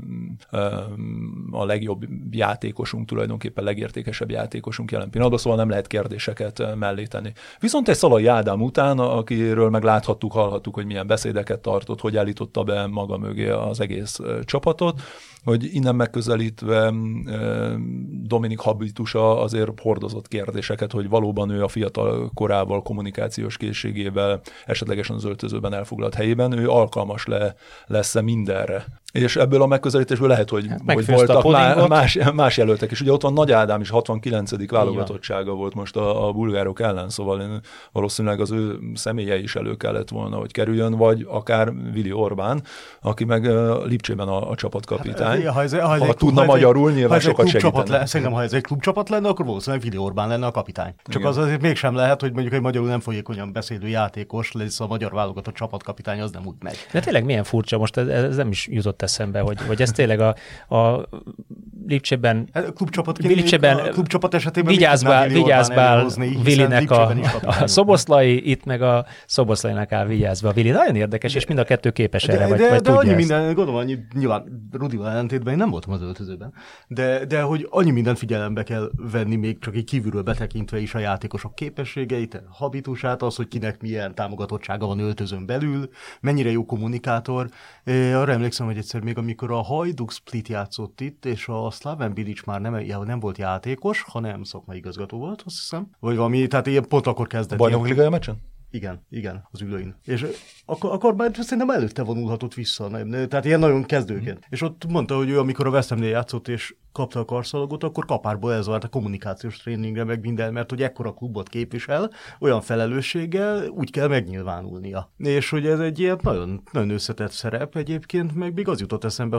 a legjobb játékosunk, tulajdonképpen legértékesebb játékosunk jelen pillanatban, szóval nem lehet kérdéseket mellé tenni. Viszont egy Szalai Ádám után, akiről meg láthattuk, hallhattuk, hogy milyen beszédeket tartott, hogy állította be maga mögé az egész csapatot, hogy innen megközelítve Dominik habitusa azért hordozott kérdéseket, hogy valóban ő a fiatal korával, kommunikációs készségével, esetlegesen az öltözőben elfoglalt helyében, ő alkalmas lesz-e mindenre. És ebből a megközelítésből lehet, hogy voltak más jelöltek is. Ugye ott van Nagy Ádám is, 69. válogatottsága volt most a bulgárok ellen, szóval valószínűleg az ő személye is elő kellett volna, hogy kerüljön, vagy akár Vili Orbán, aki meg Lipcsében a csapatkapitány. Ha tudna magyarul, nyilván sokat segítene. Szerintem, ha ez egy klubcsapat lenne, akkor valószínűleg Vili Orbán lenne a kapitány. Csak igen. Az azért mégsem lehet, hogy mondjuk egy magyarul nem folyékonyan beszélő játékos lesz a magyar válogatott csapatkapitány, az nem úgy megy. De tényleg milyen furcsa, most ez nem is jutott eszembe, hogy ez tényleg a Lipcsében... Klubcsapat esetében vigyázbál Vilinek a Szoboszlai, itt meg a Szoboszlainak áll vigyázva. Vili nagyon érdekes, és mind a kettő képes erre, vagy tudja annyi ezt. Minden, gondolom, annyi, nyilván Rudival ellentétben én nem voltam az öltözőben, de hogy annyi mindent figyelembe kell venni, még csak egy kívülről betekintve is a játékosok képességeit, habitusát, az, hogy kinek milyen támogatottsága van öltözőn belül, mennyire jó kommunikátor. Arra emlékszem, hogy egyszer még amikor a Hajduk Split játszott itt, és a Slaven Bilic már nem volt játékos, hanem szakmai igazgató volt, azt hiszem. Vagy valami, tehát ilyen pont akkor kezdett. Bajnok ligája meccsen? Igen, az ülőin. És akkor már szerintem előtte vonulhatott vissza, tehát ilyen nagyon kezdőként. És ott mondta, hogy ő amikor a West Hamnél játszott, és kapta a karszalagot, akkor kapárból elzárt a kommunikációs tréningre, meg minden, mert hogy ekkora klubot képvisel, olyan felelősséggel úgy kell megnyilvánulnia. És hogy ez egy ilyen nagyon, nagyon összetett szerep egyébként, meg még az jutott eszembe, hogy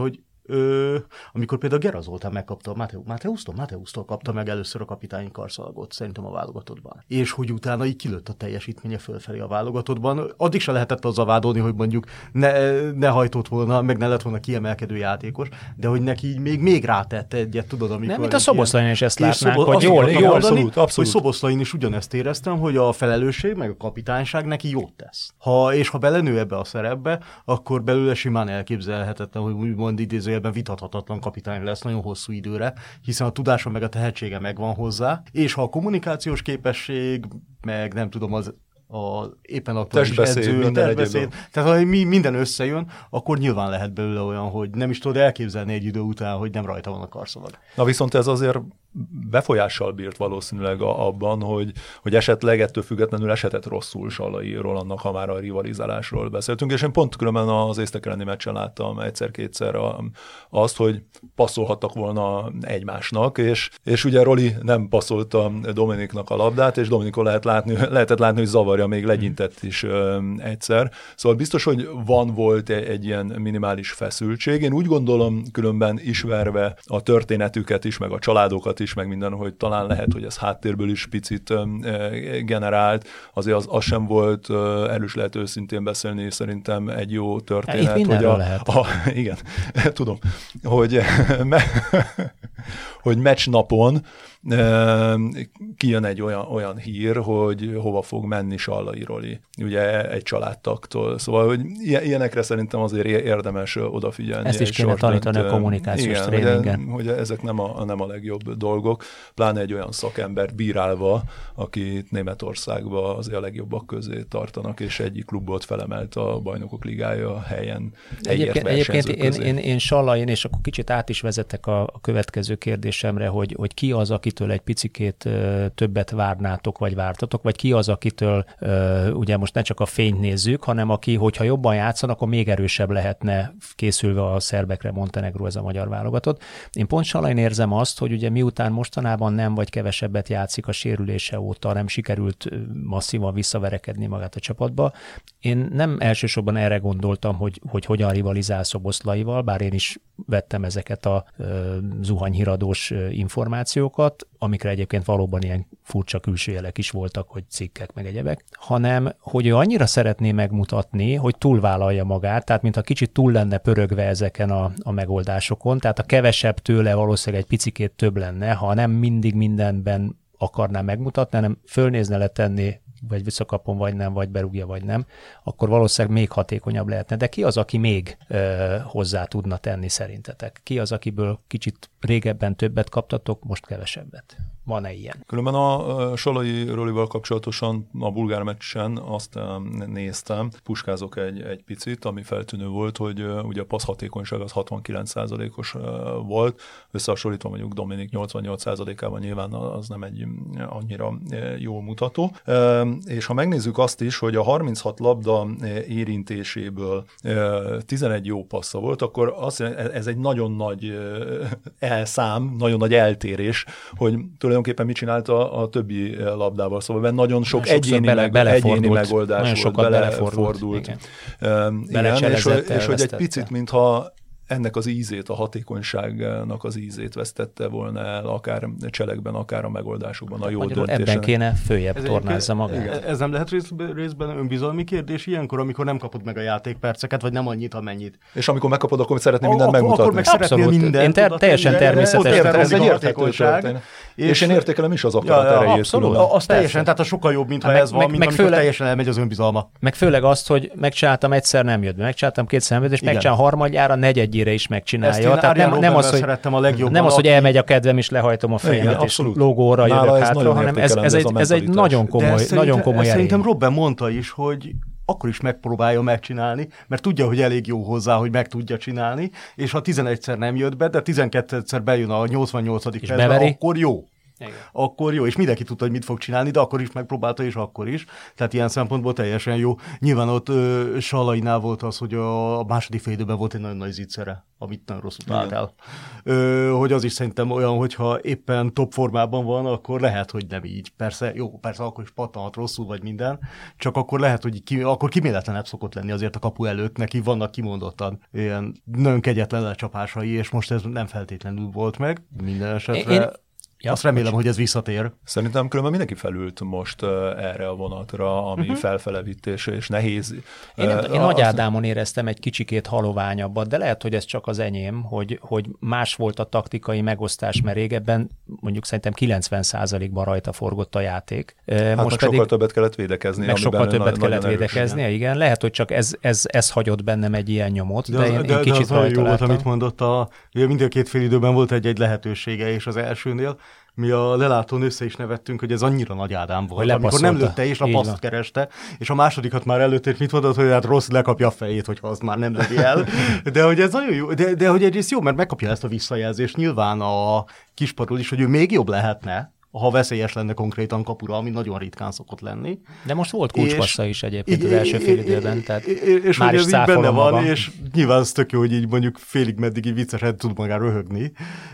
amikor például Gera Zoltán megkapta, Mateusztól kapta meg először a kapitányi karszalagot, szerintem a válogatottban. És hogy utána így kilőtt a teljesítménye fölfelé a válogatottban. Addig se lehetett azzal vádolni, hogy mondjuk ne hajtott volna, meg ne lett volna kiemelkedő játékos, de hogy neki így még rátette egyet, tudod, amikor... Nem, mint a Szoboszlain is ezt látnánk, hogy jól abszolút. Hogy Szoboszlain is ugyanezt éreztem, hogy a felelősség, meg a kapitányság neki jót tesz. Ha belenő ebbe a szerepbe, akkor belőle simán elképzelhetetlen, hogy úgymond idézőjelben vitathatatlan kapitány lesz nagyon hosszú időre, hiszen a tudása meg a tehetsége megvan hozzá, és ha a kommunikációs képesség, meg nem tudom, éppen aktuális edző, a testbeszéd, tehát ha minden összejön, akkor nyilván lehet belőle olyan, hogy nem is tudod elképzelni egy idő után, hogy nem rajta van a karszalag. Na viszont ez azért befolyással bírt valószínűleg abban, hogy esetleg ettől függetlenül eshetett rosszul Sallai Rolandnak, ha már a rivalizálásról beszéltünk, és én pont különben az észtek elleni meccsen láttam egyszer-kétszer azt, hogy passzolhattak volna egymásnak, és ugye Roli nem passzolta Dominiknak a labdát, és Dominikon lehetett látni, hogy zavarja, még legyintett is egyszer. Szóval biztos, hogy volt egy ilyen minimális feszültség. Én úgy gondolom, különben ismerve a történetüket is, meg a családokat is, meg minden, hogy talán lehet, hogy ez háttérből is picit generált, azért az sem volt, erről is lehet őszintén beszélni, szerintem egy jó történet. Itt mindenről lehet. Igen, tudom, hogy meccsnapon kijön egy olyan hír, hogy hova fog menni Sallai Roli, ugye egy családtaktól. Szóval, hogy ilyenekre szerintem azért érdemes odafigyelni. Ezt is kéne tanítani a kommunikációs tréningen. Hogy ezek nem a legjobb dolgok, pláne egy olyan szakembert bírálva, akit Németországban azért a legjobbak közé tartanak, és egyik klubot felemelt a Bajnokok Ligája helyen. Egyébként én Sallain, és akkor kicsit át is vezetek a következő kérdésemre, hogy ki az, akitől egy picikét többet várnátok, vagy vártatok, vagy ki az, akitől ugye most ne csak a fényt nézzük, hanem aki, hogyha jobban játszanak, akkor még erősebb lehetne készülve a szerbekre Montenegró, ez a magyar válogatott. Én pont Sallain érzem azt, hogy ugye miután mostanában nem vagy kevesebbet játszik a sérülése óta, nem sikerült masszívan visszaverekedni magát a csapatba. Én nem elsősorban erre gondoltam, hogy hogyan rivalizál Szoboszlaival, bár én is vettem ezeket a zuhanyhíradós információkat, amikre egyébként valóban ilyen furcsa külső jelek is voltak, hogy cikkek meg egyebek, hanem hogy ő annyira szeretné megmutatni, hogy túlvállalja magát, tehát mintha kicsit túl lenne pörögve ezeken a megoldásokon, tehát a kevesebb tőle valószínűleg egy picikét több lenne, ha nem mindig mindenben akarná megmutatni, hanem fölnézne letenni, vagy visszakapom, vagy nem, vagy berúgja, vagy nem, akkor valószínűleg még hatékonyabb lehetne. De ki az, aki még hozzá tudna tenni szerintetek? Ki az, akiből kicsit régebben többet kaptatok, most kevesebbet? Van-e ilyen? Különben a Sallai Rolival kapcsolatosan a bulgár meccsen azt néztem, puskázok egy picit, ami feltűnő volt, hogy ugye a passz hatékonyság az 69%-os volt, összehasonlítva mondjuk Dominik 88%-ával nyilván az nem egy annyira jó mutató. És ha megnézzük azt is, hogy a 36 labda érintéséből 11 jó passza volt, akkor ez egy nagyon nagy elszám, nagyon nagy eltérés, hogy tulajdonképpen mit csinált a többi labdával, szóval nagyon sok egyéni megoldás nagyon sokat belefordult. Igen, és hogy egy picit, mintha ennek az ízét, a hatékonyságnak az ízét vesztette volna el, akár cselekben, akár a megoldásokban, a jó döntésen. Ebben kéne följebb tornázza magát. Ez nem lehet részben önbizalmi kérdés ilyenkor, amikor nem kapod meg a játékperceket, vagy nem annyit, amennyit. És amikor megkapod, akkor szeretnél mindent megmutatni. Akkor meg szeretnél mindent. Én teljesen természetes. Ez egy érthető történet. És én értékelem is az akarat erejét. Abszolút. Az teljesen, tehát a sokkal jobb, mintha ez van, mint amikor teljesen elmegy az önbizalma. Meg főleg azt, hogy megcsináltam egyszer, nem jött be, megcsináltam kétszer, nem jött, és megcsinálom harmadjára, negyedjére is megcsinálja. Tehát nem az, hogy elmegy a kedvem, és lehajtom a fejemet, és logóra jövök hátra, hanem ez egy nagyon komoly erény. Szerintem Robben mondta is, hogy akkor is megpróbálja megcsinálni, mert tudja, hogy elég jó hozzá, hogy meg tudja csinálni, és ha 11-szer nem jött be, de 12-szer bejön a 88. percben, akkor jó. akkor jó, és mindenki tudta, hogy mit fog csinálni, de akkor is megpróbálta, és akkor is. Tehát ilyen szempontból teljesen jó. Nyilván ott Sallainál volt az, hogy a második fél időben volt egy nagyon nagy zicsere, amit nagyon rosszul talált el. Hogy az is szerintem olyan, hogyha éppen top formában van, akkor lehet, hogy nem így. Persze akkor is pattanhat rosszul, vagy minden, csak akkor lehet, hogy akkor kiméletlenebb szokott lenni azért a kapu előtt, neki vannak kimondottan ilyen nagyon kegyetlen lecsapásai, és most ez nem feltétlenül volt meg minden esetre. Azt remélem, hogy ez visszatér. Szerintem különben mindenki felült most erre a vonatra, ami felfele vittése, és nehéz. Én Nagy Ádámon éreztem egy kicsikét haloványabbat, de lehet, hogy ez csak az enyém, hogy más volt a taktikai megosztás, mert régebben mondjuk szerintem 90%-ban rajta forgott a játék. Most pedig sokkal többet kellett védekezni. Meg sokkal többet kellett védekeznie, igen. Lehet, hogy csak ez hagyott bennem egy ilyen nyomot, de én kicsit rajta jó láttam. Volt, amit mondott, mind a két fél időben volt egy lehetősége, és az elsőnél mi a lelátón össze is nevettünk, hogy ez annyira Nagy Ádám volt, amikor nem lőtte és a paszt kereste, és a másodikat már előtt, és mit mondott, hogy hát rossz, lekapja a fejét, hogyha azt már nem lövi el. De hogy ez nagyon jó, de hogy egyrészt jó, mert megkapja ezt a visszajelzést nyilván a Kispadról is, hogy ő még jobb lehetne, ha veszélyes lenne konkrétan kapura, ami nagyon ritkán szokott lenni. De most volt kulcspassza is egyébként az első fél időben, tehát és már hogy is ez így benne van, maga. és nyilván az tök jó, hogy így mondjuk félig meddig így viccesen tud magára röhögni,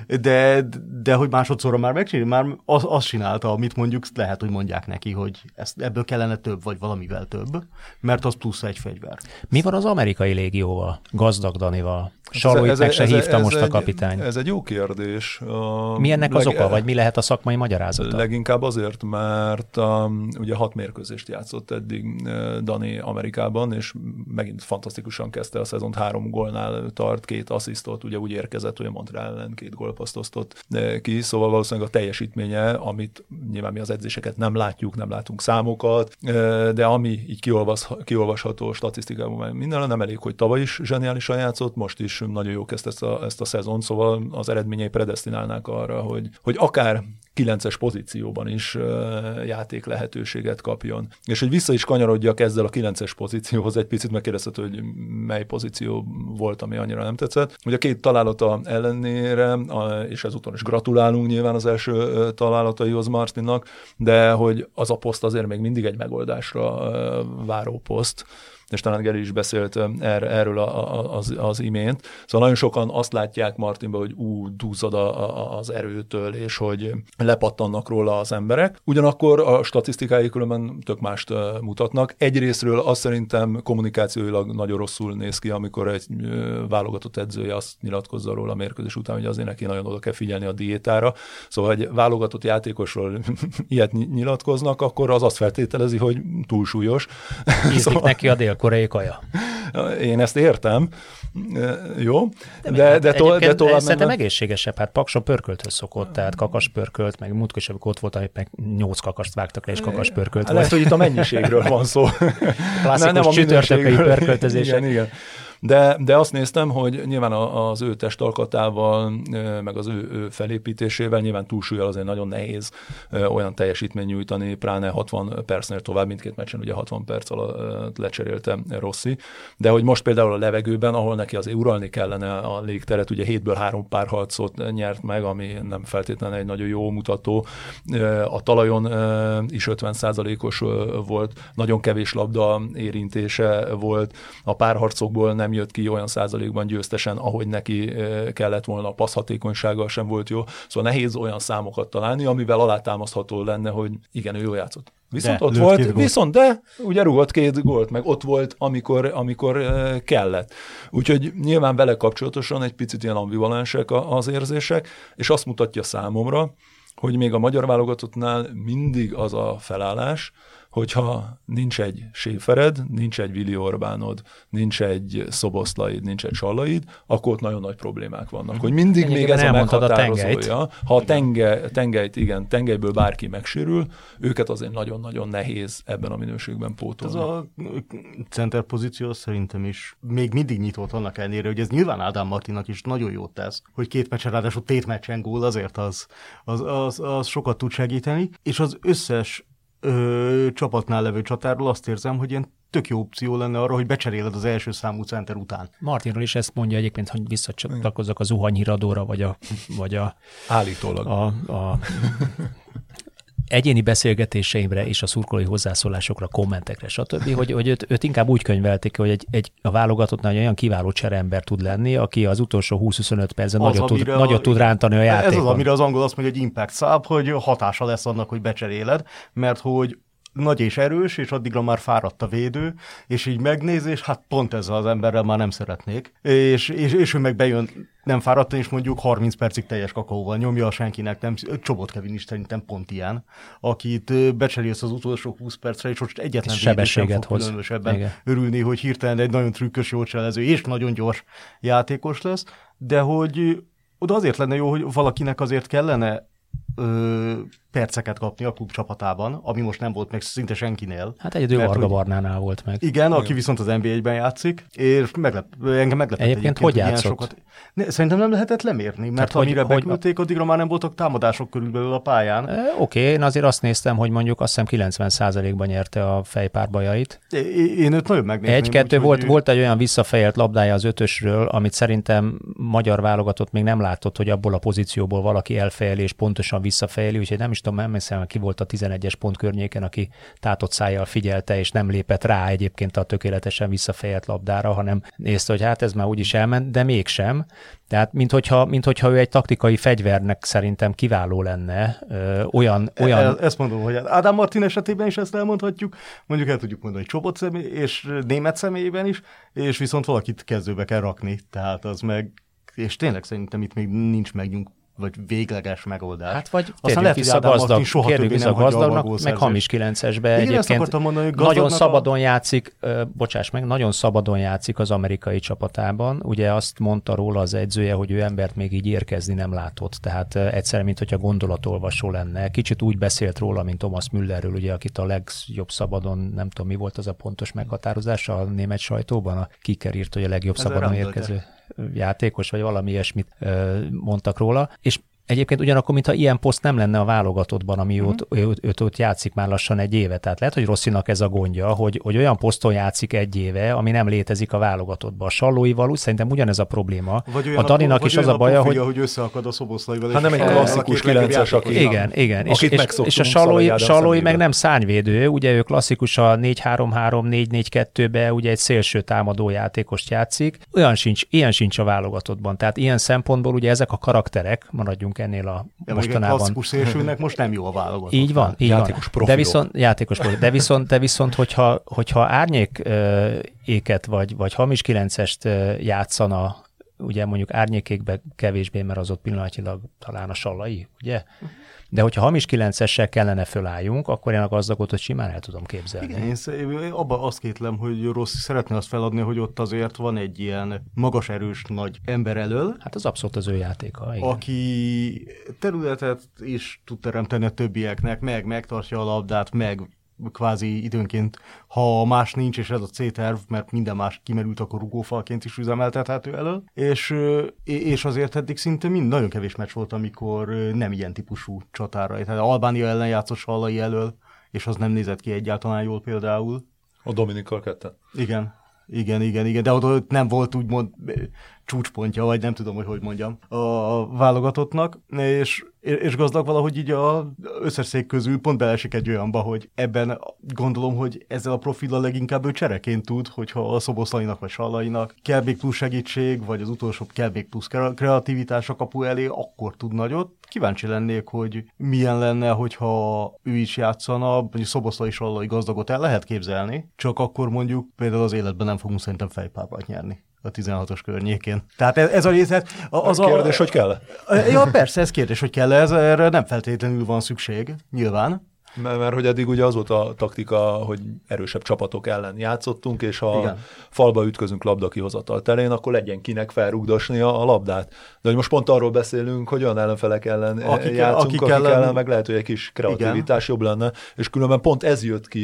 de hogy másodszorra már megcsinálja, már azt csinálta, amit mondjuk lehet, hogy mondják neki, hogy ebből kellene több, vagy valamivel több, mert az plusz egy fegyver. Mi van az amerikai légióval, Gazdag Danival? Salóit meg se hívta most a kapitány. Ez egy jó kérdés. Mi ennek az oka, vagy mi lehet a szakmai magyarázata? Leginkább azért, mert ugye 6 mérkőzést játszott eddig Dani Amerikában, és megint fantasztikusan kezdte a szezont, 3 gólnál tart, 2 asszisztot, ugye úgy érkezett, hogy a Montreal ellen 2 gólpaszt osztott ki, szóval valószínűleg a teljesítménye, amit nyilván mi az edzéseket nem látjuk, nem látunk számokat, de ami így kiolvasható statisztikában minden, nem elég, hogy tavaly is zseniálisan játszott, most is nagyon jó kezdte ezt a szezon, szóval az eredményei predesztinálnák arra, hogy akár 9-es pozícióban is játék lehetőséget kapjon. És hogy vissza is kanyarodjak ezzel a 9-es pozícióhoz, egy picit megkérdezted, hogy mely pozíció volt, ami annyira nem tetszett. Ugye a 2 találata ellenére, és ezúton is gratulálunk nyilván az első találataihoz Martinnak, de hogy az a poszt azért még mindig egy megoldásra váró poszt, és talán Geri is beszélt erről az imént. Szóval nagyon sokan azt látják Martinba, hogy dúzzad az erőtől, és hogy lepattannak róla az emberek. Ugyanakkor a statisztikái különben tök mást mutatnak. Egyrésztről azt szerintem kommunikációilag nagyon rosszul néz ki, amikor egy válogatott edzője azt nyilatkozza róla a mérkőzés után, hogy azért neki nagyon oda kell figyelni a diétára. Szóval egy válogatott játékosról ilyet nyilatkoznak, akkor az azt feltételezi, hogy túlsúlyos. Ízik neki a dél-koreai kaja. Én ezt értem, jó, de tovább szerintem egészségesebb, hát Paksa pörkölthöz szokott, tehát kakaspörkölt, meg múltkor is, amikor ott volt, amit meg 8 kakast vágtak le, és kakaspörkölt volt. Lehet, hogy itt a mennyiségről van szó. Klasszikus csütörtököi pörköltözések. Igen. De azt néztem, hogy nyilván az ő testalkatával, meg az ő felépítésével nyilván túlsúlyal azért nagyon nehéz olyan teljesítmény nyújtani, pláne 60 percnél tovább, mindkét meccsen ugye 60 perc alatt lecserélte Rossi, de hogy most például a levegőben, ahol neki azért uralni kellene a légteret, ugye 7-ből 3 párharcot nyert meg, ami nem feltétlenül egy nagyon jó mutató. A talajon is 50%-os volt, nagyon kevés labda érintése volt, a párharcokból nem jött ki olyan százalékban győztesen, ahogy neki kellett volna, a passzhatékonysága sem volt jó. Szóval nehéz olyan számokat találni, amivel alátámasztható lenne, hogy igen, ő jól játszott. Viszont ott volt, de ugye rúgott 2 gólt, meg ott volt, amikor kellett. Úgyhogy nyilván vele kapcsolatosan egy picit ilyen ambivalensek az érzések, és azt mutatja számomra, hogy még a magyar válogatottnál mindig az a felállás, hogyha nincs egy Schäfered, nincs egy Willi Orbánod, nincs egy Szoboszlaid, nincs egy Sallaid, akkor ott nagyon nagy problémák vannak. Hogy mindig még ez a meghatározója. Ha a tengelyből bárki megsérül, őket azért nagyon-nagyon nehéz ebben a minőségben pótolni. Ez a center pozíció szerintem is még mindig nyitott annak ellenére, hogy ez nyilván Ádám Martinnak is nagyon jót tesz, hogy 2 meccsen, ráadásul 2 meccsen gól, azért az sokat tud segíteni, és az összes csapatnál levő csatárról azt érzem, hogy ilyen tök jó opció lenne arra, hogy becseréled az első számú center után. Martinról is ezt mondja egyébként, hogy visszacsatlakozzak a zuhanyhíradóra, vagy a állítólag. A egyéni beszélgetéseimre és a szurkolói hozzászólásokra, kommentekre, stb., hogy őt inkább úgy könyvelték, hogy a válogatottnál olyan kiváló csereember tud lenni, aki az utolsó 20-25 percen nagyot tud rántani a játékon. Ez az, amire az angol azt mondja, hogy impact szab, hogy hatása lesz annak, hogy becseréled, mert hogy nagy és erős, és addigra már fáradt a védő, és így megnéz, és hát pont ezzel az emberrel már nem szeretnék. És ő meg bejön nem fáradtan, és mondjuk 30 percig teljes kakaóval nyomja, senkinek nem. Csobot Kevin is szerintem pont ilyen, akit becserélsz az utolsó 20 percre, és most egyetlen sebességet hoz különösebben örülni, hogy hirtelen egy nagyon trükkös, jó cselező, és nagyon gyors játékos lesz, de hogy oda azért lenne jó, hogy valakinek azért kellene perceket kapni a klub csapatában, ami most nem volt meg szinte senkinél. Hát egyedül Varga Barnánál volt meg. Igen, aki viszont az NBA-ben játszik, és engem meglepett egyébként hogy játszott? Szerintem nem lehetett lemérni, mert amire beküldték, addigra már nem voltak támadások körülbelül a pályán. Oké, én azért azt néztem, hogy mondjuk azt hiszem 90%-ban nyerte a fejpárbajait. Én őt nagyon megnézném. Egy-kettő volt egy olyan visszafejelt labdája az ötösről, amit szerintem magyar válogatott még nem látott, hogy abból a pozícióból valaki elfejeli és pontosan visszafejeli, úgyhogy nem is tudom, emlékszem, ki volt a 11-es pont környéken, aki tátott szájjal figyelte, és nem lépett rá egyébként a tökéletesen visszafejelt labdára, hanem nézte, hogy hát ez már úgyis elment, de mégsem. Tehát, minthogyha ő egy taktikai fegyvernek szerintem kiváló lenne, olyan... Ezt mondom, hogy Ádám Martin esetében is ezt elmondhatjuk, mondjuk el tudjuk mondani Csobot személy, és német személyében is, és viszont valakit kezdőbe kell rakni, tehát az meg, és tényleg szerintem itt még nincs vagy végleges megoldás. Hát vagy térjünk vissza gazdagnak, meg hamis 9-esbe egyébként mondani, nagyon szabadon játszik, nagyon szabadon játszik az amerikai csapatában. Ugye azt mondta róla az edzője, hogy ő embert még így érkezni nem látott, tehát egyszerűen, mint hogyha gondolatolvasó lenne. Kicsit úgy beszélt róla, mint Thomas Müllerről, ugye, akit a legjobb szabadon, nem tudom, mi volt az a pontos meghatározása a német sajtóban, a Kicker írt, hogy a legjobb szabadon érkező játékos, vagy valami ilyesmit mondtak róla, és egyébként ugyanakkor, mintha ilyen poszt nem lenne a válogatottban, ami őt ott játszik már lassan egy éve. Tehát lehet, hogy Rosszinak ez a gondja, hogy olyan poszton játszik egy éve, ami nem létezik a válogatottban. A Sallóival úgy szerintem ugyanez a probléma. A Daninak is az a baja, hogy összeakad a Szoboszlaival. Hát nem egy klasszikus 9-es, aki... Igen. És a Sallói meg nem szárnyvédő, ugye ő klasszikus a 4-3-3, 4-4-2-be, ugye egy szélső támadó játékost játszik. Ilyen sincs a válogatottban. Tehát ilyen szempontból ugye ezek a karakterek, maradjunk ennél a mostanában. Klasszikus szélsőnek most nem jó a válogatott. Így van. De viszont hogyha árnyékéket vagy hamis 9-est játszana, ugye mondjuk árnyékékbe kevésbé, mert az ott pillanatilag talán a Sallai, ugye? De hogyha hamis 9-essel kellene fölálljunk, akkor én a gazdagot simán el tudom képzelni. Igen, én abban azt kétlem, hogy Rossi szeretne azt feladni, hogy ott azért van egy ilyen magas, erős, nagy ember elől. Hát az abszolút az ő játéka. Igen. Aki területet is tud teremteni a többieknek, megtartja a labdát, meg kvázi időnként, ha más nincs, és ez a C-terv, mert minden más kimerült, akkor rugófalként is üzemeltethető elől. És azért eddig szinte nagyon kevés meccs volt, amikor nem ilyen típusú csatára. Tehát Albánia ellen játszott Sallai elől, és az nem nézett ki egyáltalán jól például. A Dominikkal ketten. Igen, de ott nem volt úgymond csúcspontja, vagy nem tudom, hogy mondjam, a válogatottnak, és gazdag valahogy így az összes szék közül pont beleesik egy olyanba, hogy ebben gondolom, hogy ezzel a profillal leginkább ő csereként tud, hogyha a Szoboszlainak vagy Sallainak kell még plusz segítség, vagy az utolsó kell még plusz kreativitás a kapu elé, akkor tud nagyot. Kíváncsi lennék, hogy milyen lenne, hogyha ő is játszana, vagy Szoboszlai Sallai gazdagot el lehet képzelni, csak akkor mondjuk például az életben nem fogunk szerintem fejpárbajt nyerni a 16-os környékén. Tehát ez a rész... Kérdés, hogy kell? Ja, persze, ez kérdés, hogy kell ez, erre nem feltétlenül van szükség, nyilván. Mert hogy eddig ugye az volt a taktika, hogy erősebb csapatok ellen játszottunk, és ha falba ütközünk labdakihozatal terén, akkor legyen kinek felrugdosni a labdát. De hogy most pont arról beszélünk, hogy olyan ellenfelek ellen játszunk, akik ellen meg lehet, hogy egy kis kreativitás jobb lenne, és különben pont ez jött ki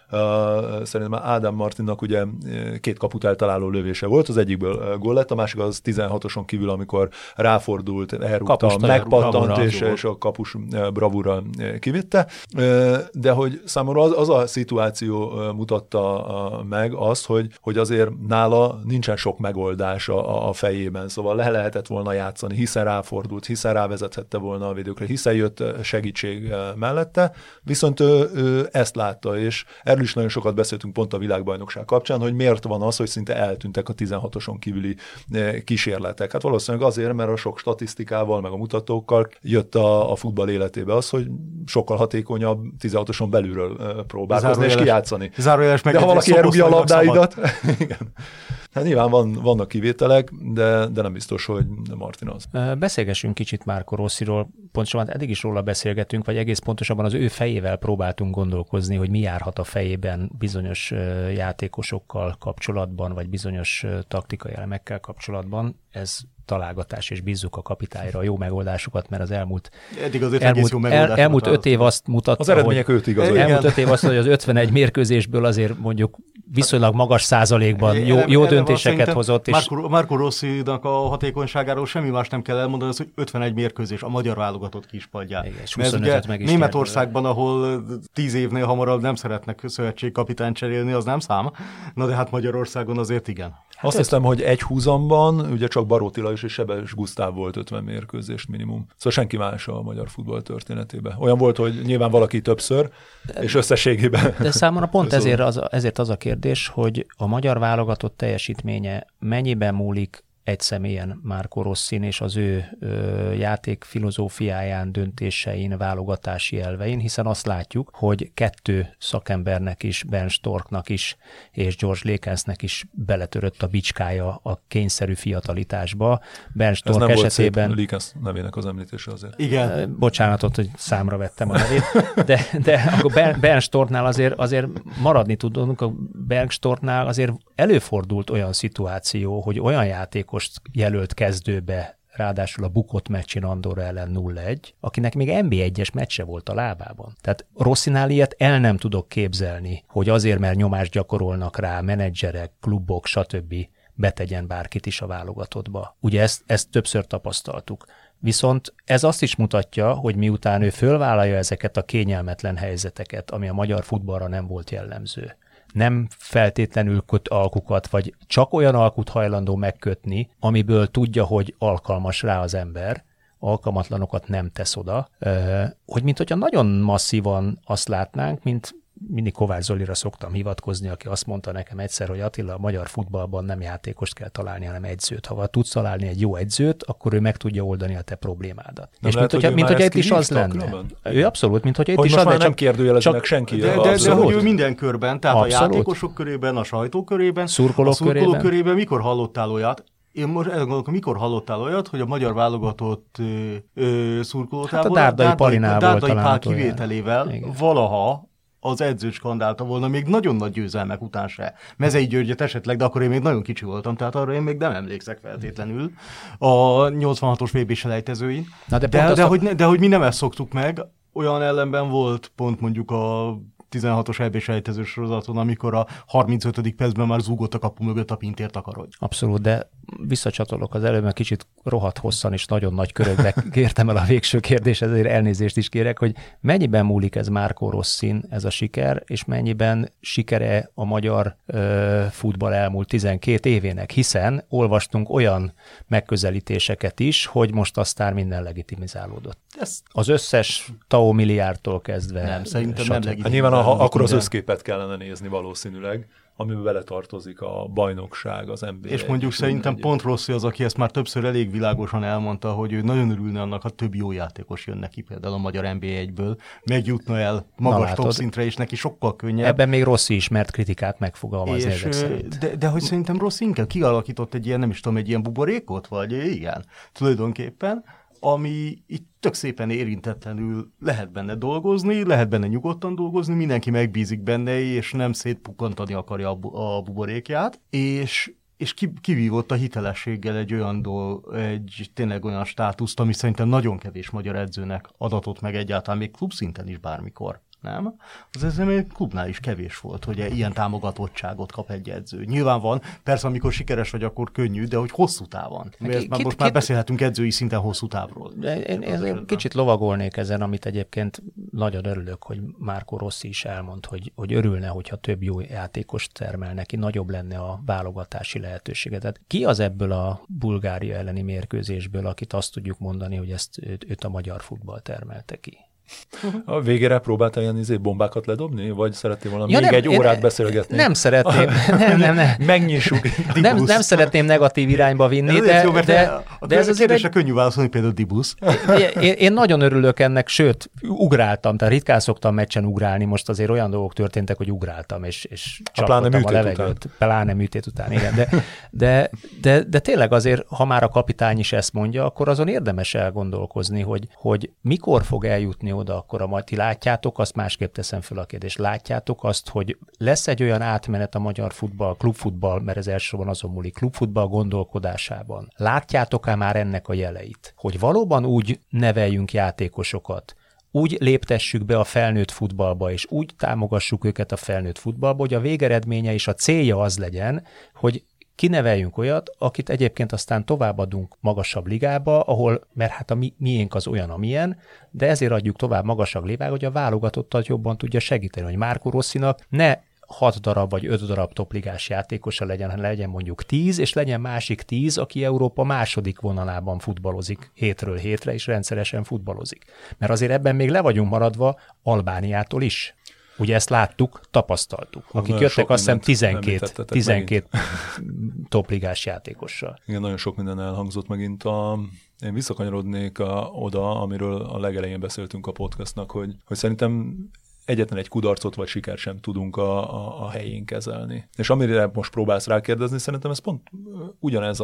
Szerintem Ádám Martinnak ugye 2 kaput eltaláló lövése volt, az egyikből gól lett, a másik az 16-oson kívül, amikor ráfordult, elrúgta, megpattant, és a kapus bravúra kivitte. De hogy számomra az a szituáció mutatta meg azt, hogy azért nála nincsen sok megoldás a fejében, szóval lehetett volna játszani, hiszen ráfordult, hiszen rávezethette volna a védőkre, hiszen jött segítség mellette, viszont ő ezt látta, és erről is nagyon sokat beszéltünk pont a világbajnokság kapcsán, hogy miért van az, hogy szinte eltűntek a 16-oson kívüli kísérletek. Hát valószínűleg azért, mert a sok statisztikával, meg a mutatókkal jött a futball életébe az, hogy sokkal hatékonyabb 16-oson belülről próbálkozni és kijátszani. De ha valaki elrúgja a labdáidat, igen. Hát nyilván vannak kivételek, de nem biztos, hogy Martin az. Beszélgessünk kicsit Marco Rossiról, pontosabban eddig is róla beszélgetünk, vagy egész pontosabban az ő fejével próbáltunk gondolkozni, hogy mi járhat a fejében bizonyos játékosokkal kapcsolatban, vagy bizonyos taktikai elemekkel kapcsolatban. Ez találgatás, és bízzuk a kapitányra a jó megoldásokat, mert az elmúlt 5 év azt mutatta, az eredmények őt igazolják. Elmúlt 5 év azt, hogy az 51 mérkőzésből azért mondjuk viszonylag magas százalékban jó döntéseket hozott. És Marco Rossinak a hatékonyságáról semmi más nem kell elmondani, az, hogy 51 mérkőzés a magyar válogatott kispadján. Mert ugye Németországban, ahol 10 évnél hamarabb nem szeretnek szövetségkapitányt cserélni, az nem szám. Na de hát Magyarországon azért igen. Azt hiszem, hogy egy húzamban ugye csak Baróti Lajos és Sebes Gusztáv volt 50 mérkőzést minimum. Szóval senki más a magyar futball történetében. Olyan volt, hogy nyilván valaki többször, és összességében. De számomra pont ezért az a kérdés, hogy a magyar válogatott teljesítménye mennyiben múlik egy személyen Marco Rossin és az ő játék filozófiáján, döntésein, válogatási elvein, hiszen azt látjuk, hogy 2 szakembernek is, Ben Storknak is és George Lekensnek is beletörött a bicskája a kényszerű fiatalitásba. Ben Stork ez nem esetében... volt szép Lekens nevének az említése azért. Igen. Bocsánatot, hogy számra vettem a nevét, de akkor Ben Storknál azért maradni tudunk, a Ben Storknál azért előfordult olyan szituáció, hogy olyan játékos jelölt kezdőbe, ráadásul a bukott meccsin Andorra ellen 0-1, akinek még NB1-es meccse volt a lábában. Tehát Rossinál ilyet el nem tudok képzelni, hogy azért, mert nyomást gyakorolnak rá menedzserek, klubok, stb. Betegyen bárkit is a válogatottba. Ugye ezt többször tapasztaltuk. Viszont ez azt is mutatja, hogy miután ő fölvállalja ezeket a kényelmetlen helyzeteket, ami a magyar futballra nem volt jellemző, nem feltétlenül köt alkukat, vagy csak olyan alkut hajlandó megkötni, amiből tudja, hogy alkalmas rá az ember, alkalmatlanokat nem tesz oda, hogy mint hogyha nagyon masszívan azt látnánk, mint mindig Kovács Zolira szoktam hivatkozni, aki azt mondta nekem egyszer, hogy Attila, a magyar futballban nem játékost kell találni, hanem edzőt. Ha tudsz találni egy jó edzőt, akkor ő meg tudja oldani a te problémádat. Nem és lehet, mint hogy itt is az lenne. Ő abszolút, mint hogy itt is az lenne. Nem kérdőjelezi meg senki. De hogy ő minden körben, tehát abszolút. A játékosok körében, a sajtó körében, szurkolók körében mikor hallottál olyat? Én most elgondolom, mikor hallottál olyat, hogy a magyar válogatott szurkolótából, Dárdai Pál kivételével valaha az edző skandálta volna, még nagyon nagy győzelmek után se. Mezei Györgyet esetleg, de akkor én még nagyon kicsi voltam, tehát arra én még nem emlékszek feltétlenül a 86-os VB selejtezőin. De hogy mi nem ezt szoktuk meg, olyan ellenben volt pont mondjuk a 16-os EB selejtező sorozaton, amikor a 35. percben már zúgott a kapu mögött a Pintér takarodj. Abszolút, de visszacsatolok az előbb, mert kicsit rohadt hosszan és nagyon nagy körökbe kértem el a végső kérdést, ezért elnézést is kérek, hogy mennyiben múlik ez Marco Rossin, ez a siker, és mennyiben sikere a magyar futball elmúlt 12 évének, hiszen olvastunk olyan megközelítéseket is, hogy most aztán minden legitimizálódott. Az összes TAO milliárdtól kezdve. Nem, szerintem nem legitimizálódott. Nyilván akkor az összképet kellene nézni valószínűleg, amiben beletartozik a bajnokság, az NBA. És mondjuk szerintem pont Rossi az, aki ezt már többször elég világosan elmondta, hogy ő nagyon örülne annak, ha több jó játékos jön neki, például a magyar NBA-ből, megjutna el magas top szintre, és neki sokkal könnyebb. Ebben még Rossi is mert kritikát megfogalmazni ezek szerint. De hogy szerintem Rossi inkább kialakított egy ilyen, nem is tudom, egy ilyen buborékot, vagy igen, tulajdonképpen, ami itt tök szépen érintetlenül lehet benne dolgozni, lehet benne nyugodtan dolgozni, mindenki megbízik benne, és nem szétpukkantani akarja a buborékját, és kivívott a hitelességgel egy tényleg olyan státuszt, ami szerintem nagyon kevés magyar edzőnek adatott meg egyáltalán, még klubszinten is bármikor. Nem? Az ez egy klubnál is kevés volt, hogy ilyen támogatottságot kap egy edző. Nyilván van, persze amikor sikeres vagy, akkor könnyű, de hogy hosszú távon. Most már beszélhetünk edzői szinten hosszú távról. Én kicsit lovagolnék ezen, amit egyébként nagyon örülök, hogy Marco Rossi is elmond, hogy örülne, hogyha több jó játékost termel neki, nagyobb lenne a válogatási lehetősége. Tehát ki az ebből a Bulgária elleni mérkőzésből, akit azt tudjuk mondani, hogy őt a magyar futball termelte ki? A végére próbáltál ilyen bombákat ledobni, vagy szeretnél volna még egy órát beszélgetni? Nem szeretném. Megnyissuk. Nem szeretném negatív irányba vinni, de ez azért egy könnyű válaszolni, például Dibusz. Én nagyon örülök ennek, sőt, ugráltam, tehát ritkán szoktam meccsen ugrálni, most azért olyan dolgok történtek, hogy ugráltam, és csapottam a levegőt. Pláne műtét után, igen. De tényleg azért, ha már a kapitány is ezt mondja, akkor azon érdemes elgondolkozni, hogy mikor fog eljutni oda, akkor ti látjátok, azt másképp teszem fel a kérdést, látjátok azt, hogy lesz egy olyan átmenet a magyar futball, klubfutball, mert ez elsősorban azon múlik, klubfutball gondolkodásában. Látjátok-e már ennek a jeleit? Hogy valóban úgy neveljünk játékosokat, úgy léptessük be a felnőtt futballba, és úgy támogassuk őket a felnőtt futballba, hogy a végeredménye és a célja az legyen, hogy kineveljünk olyat, akit egyébként aztán továbbadunk magasabb ligába, ahol, mert hát a miénk az olyan, amilyen, de ezért adjuk tovább magasabb ligába, hogy a válogatottat jobban tudja segíteni, hogy Marco Rossinak ne 6 darab vagy 5 darab topligás játékosa legyen, hanem legyen mondjuk 10, és legyen másik 10, aki Európa második vonalában futballozik hétről hétre, és rendszeresen futballozik. Mert azért ebben még le vagyunk maradva Albániától is. Ugye ezt láttuk, tapasztaltuk. Akik jöttek azt hiszem 12 topligás játékossal. Igen, nagyon sok minden elhangzott megint. Én visszakanyarodnék oda, amiről a legelején beszéltünk a podcastnak, hogy szerintem egyetlen egy kudarcot vagy sikert sem tudunk a helyén kezelni. És amire most próbálsz rákérdezni, szerintem ez pont ugyanez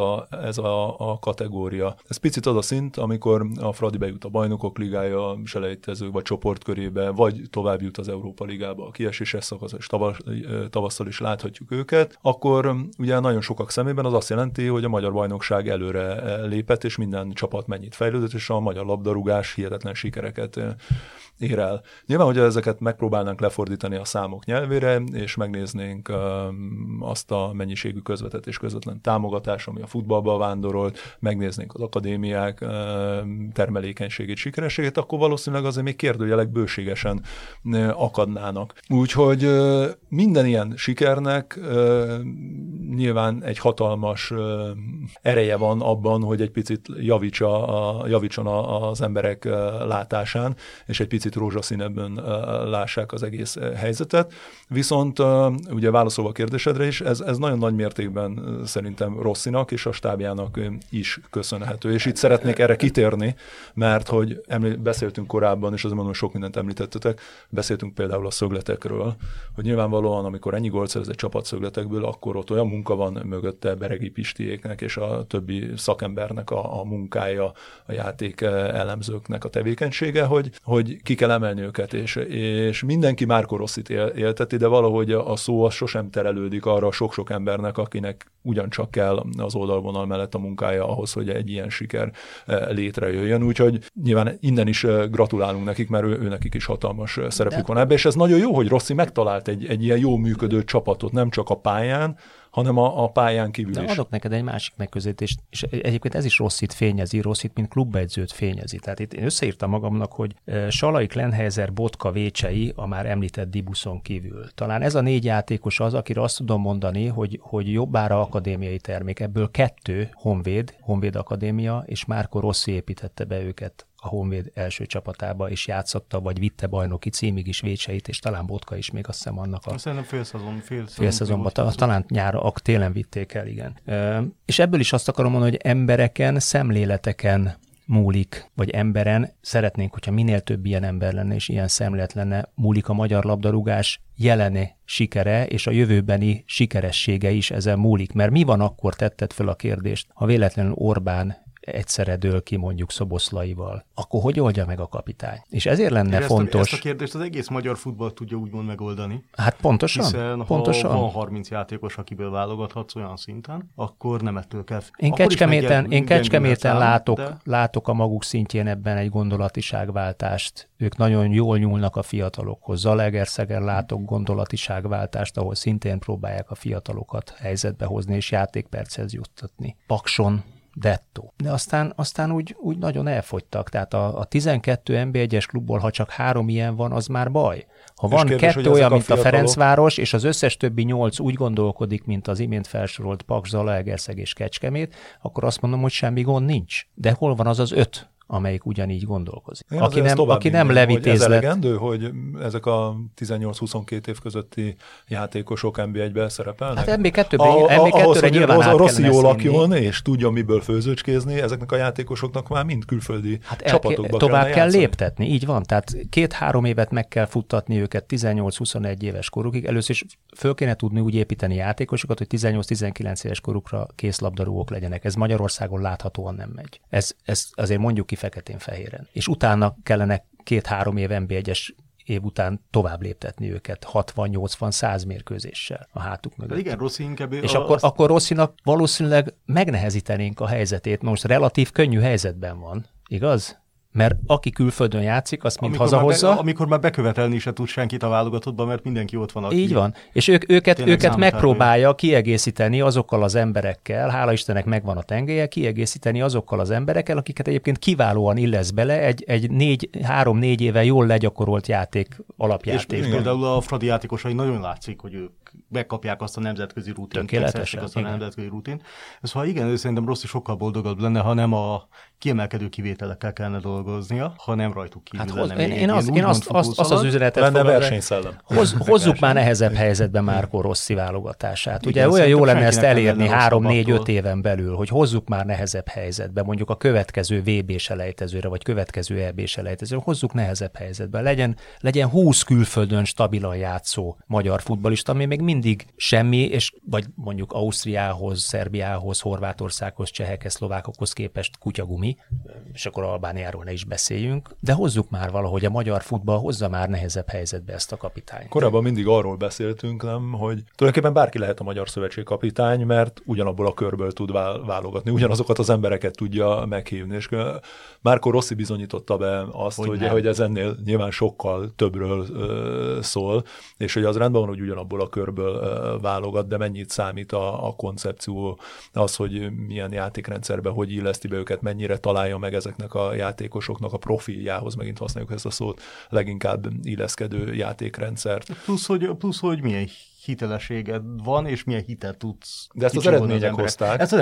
a kategória. Ez picit az a szint, amikor a Fradi bejut a Bajnokok Ligája, selejtező vagy csoportkörébe, vagy tovább jut az Európa Ligába a kieséses szakasz, és tavasszal is láthatjuk őket, akkor ugye nagyon sokak szemében az azt jelenti, hogy a magyar bajnokság előre lépett, és minden csapat mennyit fejlődött, és a magyar labdarúgás hihetetlen sikereket ér el. Nyilván, hogy ezeket megpróbálnánk lefordítani a számok nyelvére, és megnéznénk azt a mennyiségű közvetett és közvetlen támogatás, ami a futballba vándorolt, megnéznénk az akadémiák termelékenységét, sikerességét, akkor valószínűleg azért még kérdőjelek bőségesen akadnának. Úgyhogy minden ilyen sikernek nyilván egy hatalmas ereje van abban, hogy egy picit javítson az emberek látásán, és egy picit rózsaszínebben lássák az egész helyzetet. Viszont ugye válaszolva a kérdésedre is, ez nagyon nagy mértékben szerintem Rossinak és a stábjának is köszönhető. És itt szeretnék erre kitérni, mert hogy beszéltünk korábban, és azért mondom, sok mindent említettetek, beszéltünk például a szögletekről, hogy nyilvánvalóan, amikor ennyi gólt szerez egy csapat szögletekből, akkor ott olyan munka van mögötte Beregi Pistiéknek és a többi szakembernek a munkája, a játék elemzőknek a tevékenysége, hogy ki kell emelni őket, és mindenki Marco Rossit élteti, de valahogy a szó az sosem terelődik arra a sok-sok embernek, akinek ugyancsak kell az oldalvonal mellett a munkája ahhoz, hogy egy ilyen siker létrejöjjön. Úgyhogy nyilván innen is gratulálunk nekik, mert ő nekik is hatalmas szerepük van ebbe, és ez nagyon jó, hogy Rossi megtalált egy ilyen jó működő csapatot, nem csak a pályán, hanem a pályán kívül is. Adok neked egy másik megközelítést, és egyébként ez is Rossit fényezi, Rossit, mint klubedzőt fényezi. Tehát itt én összeírtam magamnak, hogy Salai, Klenheiser, Botka, Vécsei, a már említett Dibuszon kívül. Talán ez a 4 játékos az, akire azt tudom mondani, hogy jobbára akadémiai termék. Ebből 2 Honvéd Akadémia, és Marco Rossi építette be őket a Honvéd első csapatába, és játszotta, vagy vitte bajnoki címig is Vécseit, és talán Botka is még azt hiszem annak a... Szerintem fél szezonban, talán nyára, télen vitték el, igen. És ebből is azt akarom mondani, hogy embereken, szemléleteken múlik, vagy emberen, szeretnénk, hogyha minél több ilyen ember lenne, és ilyen szemlélet lenne, múlik a magyar labdarúgás jeleni sikere, és a jövőbeni sikeressége is ezen múlik. Mert mi van akkor, tetted föl a kérdést, ha véletlenül Orbán egyszerre dől ki mondjuk Szoboszlaival, akkor hogy oldja meg a kapitány? És ezért lenne fontos... Ezt a kérdést az egész magyar futball tudja úgymond megoldani. Hát pontosan. Hiszen pontosan. Ha van 30 játékos, akiből válogathatsz olyan szinten, akkor nem ettől kell... Én Kecskeméten látok a maguk szintjén ebben egy gondolatiságváltást. Ők nagyon jól nyúlnak a fiatalokhoz. Zalaegerszegen látok gondolatiságváltást, ahol szintén próbálják a fiatalokat helyzetbe hozni és játékperchez juttatni. Pakson dettó. De aztán úgy nagyon elfogytak. Tehát a 12 NB1-es klubból, ha csak 3 ilyen van, az már baj. Ha van kérdés, 2 olyan, mint a Ferencváros, és az összes többi 8 úgy gondolkodik, mint az imént felsorolt Paks, Zalaegerszeg és Kecskemét, akkor azt mondom, hogy semmi gond nincs. De hol van az az 5, amelyik ugyanígy gondolkozik? Aki nem levitézlet. Ez elegendő, hogy ezek a 18-22 év közötti játékosok NB1-ben szerepelnek? Hát NB2-re nyilván át Rossi jól lakjon, és tudja, miből főzőcskézni, ezeknek a játékosoknak már mind külföldi csapatokba tovább kell játszani. léptetni, így van. Tehát 2-3 évet meg kell futtatni őket 18-21 éves korukig. Először is föl kéne tudni úgy építeni játékosokat, hogy 18-19 éves korukra készlabdarúgók legyenek. Ez Magyarországon láthatóan nem megy. Ez azért mondjuk ki feketén-fehéren. És utána kellene 2-3 év NB1-es év után tovább léptetni őket 60-80-100 mérkőzéssel a hátuk mögött. Igen, Rossi inkább... És akkor Rossinak valószínűleg megnehezítenénk a helyzetét. Most relatív könnyű helyzetben van, igaz? Mert aki külföldön játszik, azt mind hazahozza. Amikor már bekövetelni se tud senkit a válogatottban, mert mindenki ott van. Aki így van. És őket megpróbálja kiegészíteni azokkal az emberekkel, hála Istennek megvan a tengelye, kiegészíteni azokkal az emberekkel, akiket egyébként kiválóan illesz bele egy 3-4 éve jól legyakorolt játék alapjátékban. És például a Fradi játékosai nagyon látszik, hogy ők megkapják azt a nemzetközi rutint. Tökéletesen. Azt a nemzetközi rutint. Szóval igen, szerintem Rossi sokkal boldogabb lenne, ha nem a kiemelkedő kivételekkel kellene dolgoznia, ha nem rajtuk kívül lenne. Én azt az üzenetet lenne versenyszellem. Hozzuk már nehezebb helyzetbe Márko Rossi válogatását. Ugye olyan jó lenne ezt elérni 3-4-5 éven belül, hogy hozzuk már nehezebb helyzetbe, mondjuk a következő VB-selejtezőre, vagy következő EB-selejtezőre, hozzuk nehezebb helyzetbe. Legyen 20 külföldön stabilan játszó magyar futballista, ami még mindig semmi, és vagy mondjuk Ausztriához, Szerbiához, Horvátországhoz, csehekhez, szlovákokhoz képest kutyagumi, és akkor Albániáról ne is beszéljünk, de hozzuk már valahogy a magyar futball, hozza már nehezebb helyzetbe ezt a kapitányt. Korábban mindig arról beszéltünk, nem, hogy tulajdonképpen bárki lehet a Magyar Szövetség kapitány, mert ugyanabból a körből tud válogatni, ugyanazokat az embereket tudja meghívni, és Márko Rossi bizonyította be azt, hogy ez ennél nyilván sokkal többről szól, és hogy az rendben van, hogy ugyanabból a körből válogat, de mennyit számít a koncepció, az, hogy milyen játékrendszerbe, hogy illeszti be őket, mennyire találja meg ezeknek a játékosoknak a profiljához, megint használjuk ezt a szót, leginkább illeszkedő játékrendszert. Plusz, hogy milyen hitelességed van, és milyen hitet tudsz. De ezt az eredmények hozták. Ezt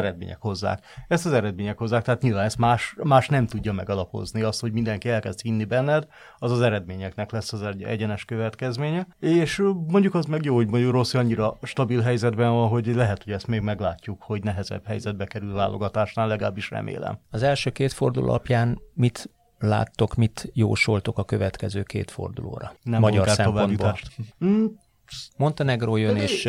az eredmények hozzák, tehát nyilván ezt más nem tudja megalapozni. Azt, hogy mindenki elkezd hinni benned, az eredményeknek lesz az egyenes következménye. És mondjuk az meg jó, hogy mondjuk Rossi annyira stabil helyzetben van, hogy lehet, hogy ezt még meglátjuk, hogy nehezebb helyzetbe kerül válogatásnál, legalábbis remélem. Az első 2 forduló alapján mit láttok, mit jósoltok a következő 2 fordulóra? Nem magyar szempontból. Montenegró jön, és...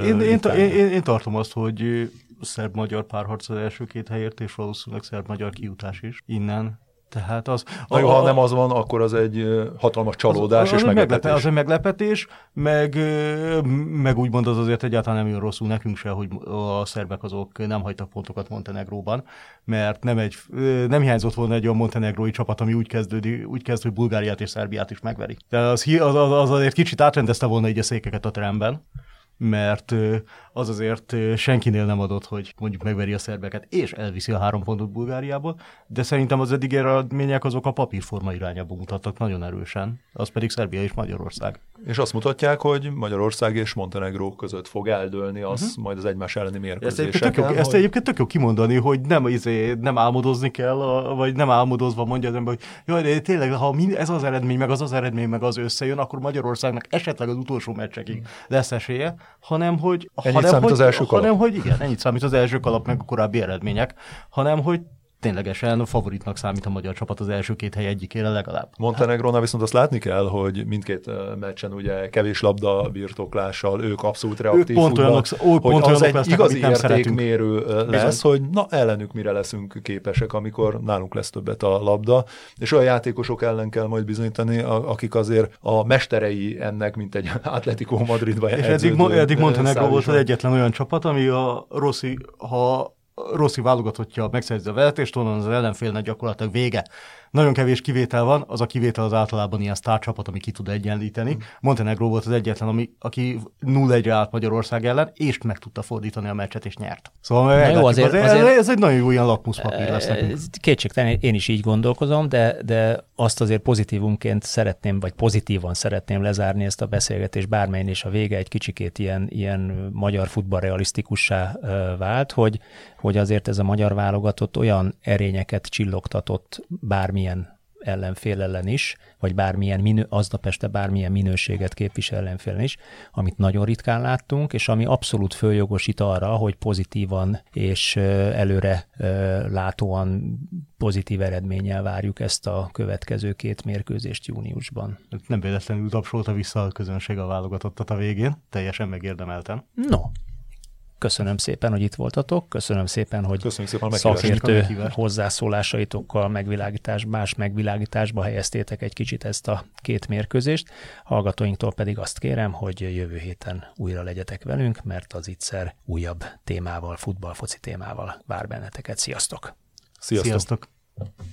Én tartom azt, hogy szerb-magyar párharc az első 2 helyért, és valószínűleg szerb-magyar kijutás is innen. Tehát ha nem az van, akkor az egy hatalmas csalódás és meglepetés. Az egy meglepetés, meg úgymond az azért egyáltalán nem jön rosszul nekünk se, hogy a szerbek azok nem hagytak pontokat Montenegróban, mert nem hiányzott volna egy olyan montenegrói csapat, ami úgy kezd, hogy Bulgáriát és Szerbiát is megveri. De az azért kicsit átrendezte volna így a székeket a teremben, mert az azért senkinél nem adott, hogy mondjuk megveri a szerbeket, és elviszi a 3 pontot Bulgáriából, de szerintem az eddig eredmények azok a papírforma irányába mutattak nagyon erősen, az pedig Szerbia és Magyarország. És azt mutatják, hogy Magyarország és Montenegró között fog eldőlni majd az egymás elleni mérkőzéseken. Ezt egyébként tök jó kimondani, hogy nem álmodozni kell, vagy nem álmodozva mondja az ember, hogy jaj, de tényleg, ha ez az eredmény, meg az eredmény, meg az összejön, akkor Magyarországnak esetleg az utolsó meccsekig lesz esélye, hanem hogy az első kalap. Hanem, hogy igen, ennyit számít az első kalap, meg a korábbi eredmények, hanem, hogy ténylegesen favoritnak számít a magyar csapat az első 2 hely egyikére legalább. Montenegrónál viszont azt látni kell, hogy mindkét meccsen ugye kevés labda birtoklással, ők abszolút reaktív hogy az egy igazi értékmérő lesz, hogy na ellenük mire leszünk képesek, amikor nálunk lesz többet a labda, és olyan játékosok ellen kell majd bizonyítani, akik azért a mesterei ennek, mint egy Atletico Madridba. És eddig Montenegró volt az egyetlen olyan csapat, ami a Rossi válogatottja megszerzi a vezetést, onnan az ellenfélnek gyakorlatilag vége. Nagyon kevés kivétel van, az a kivétel az általában ilyen sztárcsapat, ami ki tud egyenlíteni. Montenegró volt az egyetlen, aki 0-1-re állt Magyarország ellen, és meg tudta fordítani a meccset, és nyert. Szóval azért ez egy nagyon jó ilyen lakmuszpapír lesz nekünk. Kétségtelen, én is így gondolkozom, de azt azért pozitívumként szeretném, vagy pozitívan szeretném lezárni ezt a beszélgetést, bármelyen is a vége egy kicsikét ilyen magyar futball realisztikussá vált, hogy azért ez a magyar válogatott olyan erényeket csillogtatott bármilyen ellenfél ellen is, vagy aznap este bármilyen minőséget képvisel ellenfél is, amit nagyon ritkán láttunk, és ami abszolút följogosít arra, hogy pozitívan és előre látóan pozitív eredménnyel várjuk ezt a következő 2 mérkőzést júniusban. Nem véletlenül tapsolta vissza a közönség a válogatottat a végén, teljesen megérdemelten. No. Köszönöm szépen, hogy itt voltatok, köszönöm szépen, hogy szakértő hozzászólásaitokkal más megvilágításba helyeztétek egy kicsit ezt a 2 mérkőzést. Hallgatóinktól pedig azt kérem, hogy jövő héten újra legyetek velünk, mert az ITSZER újabb témával, futballfoci témával vár benneteket. Sziasztok! Sziasztok!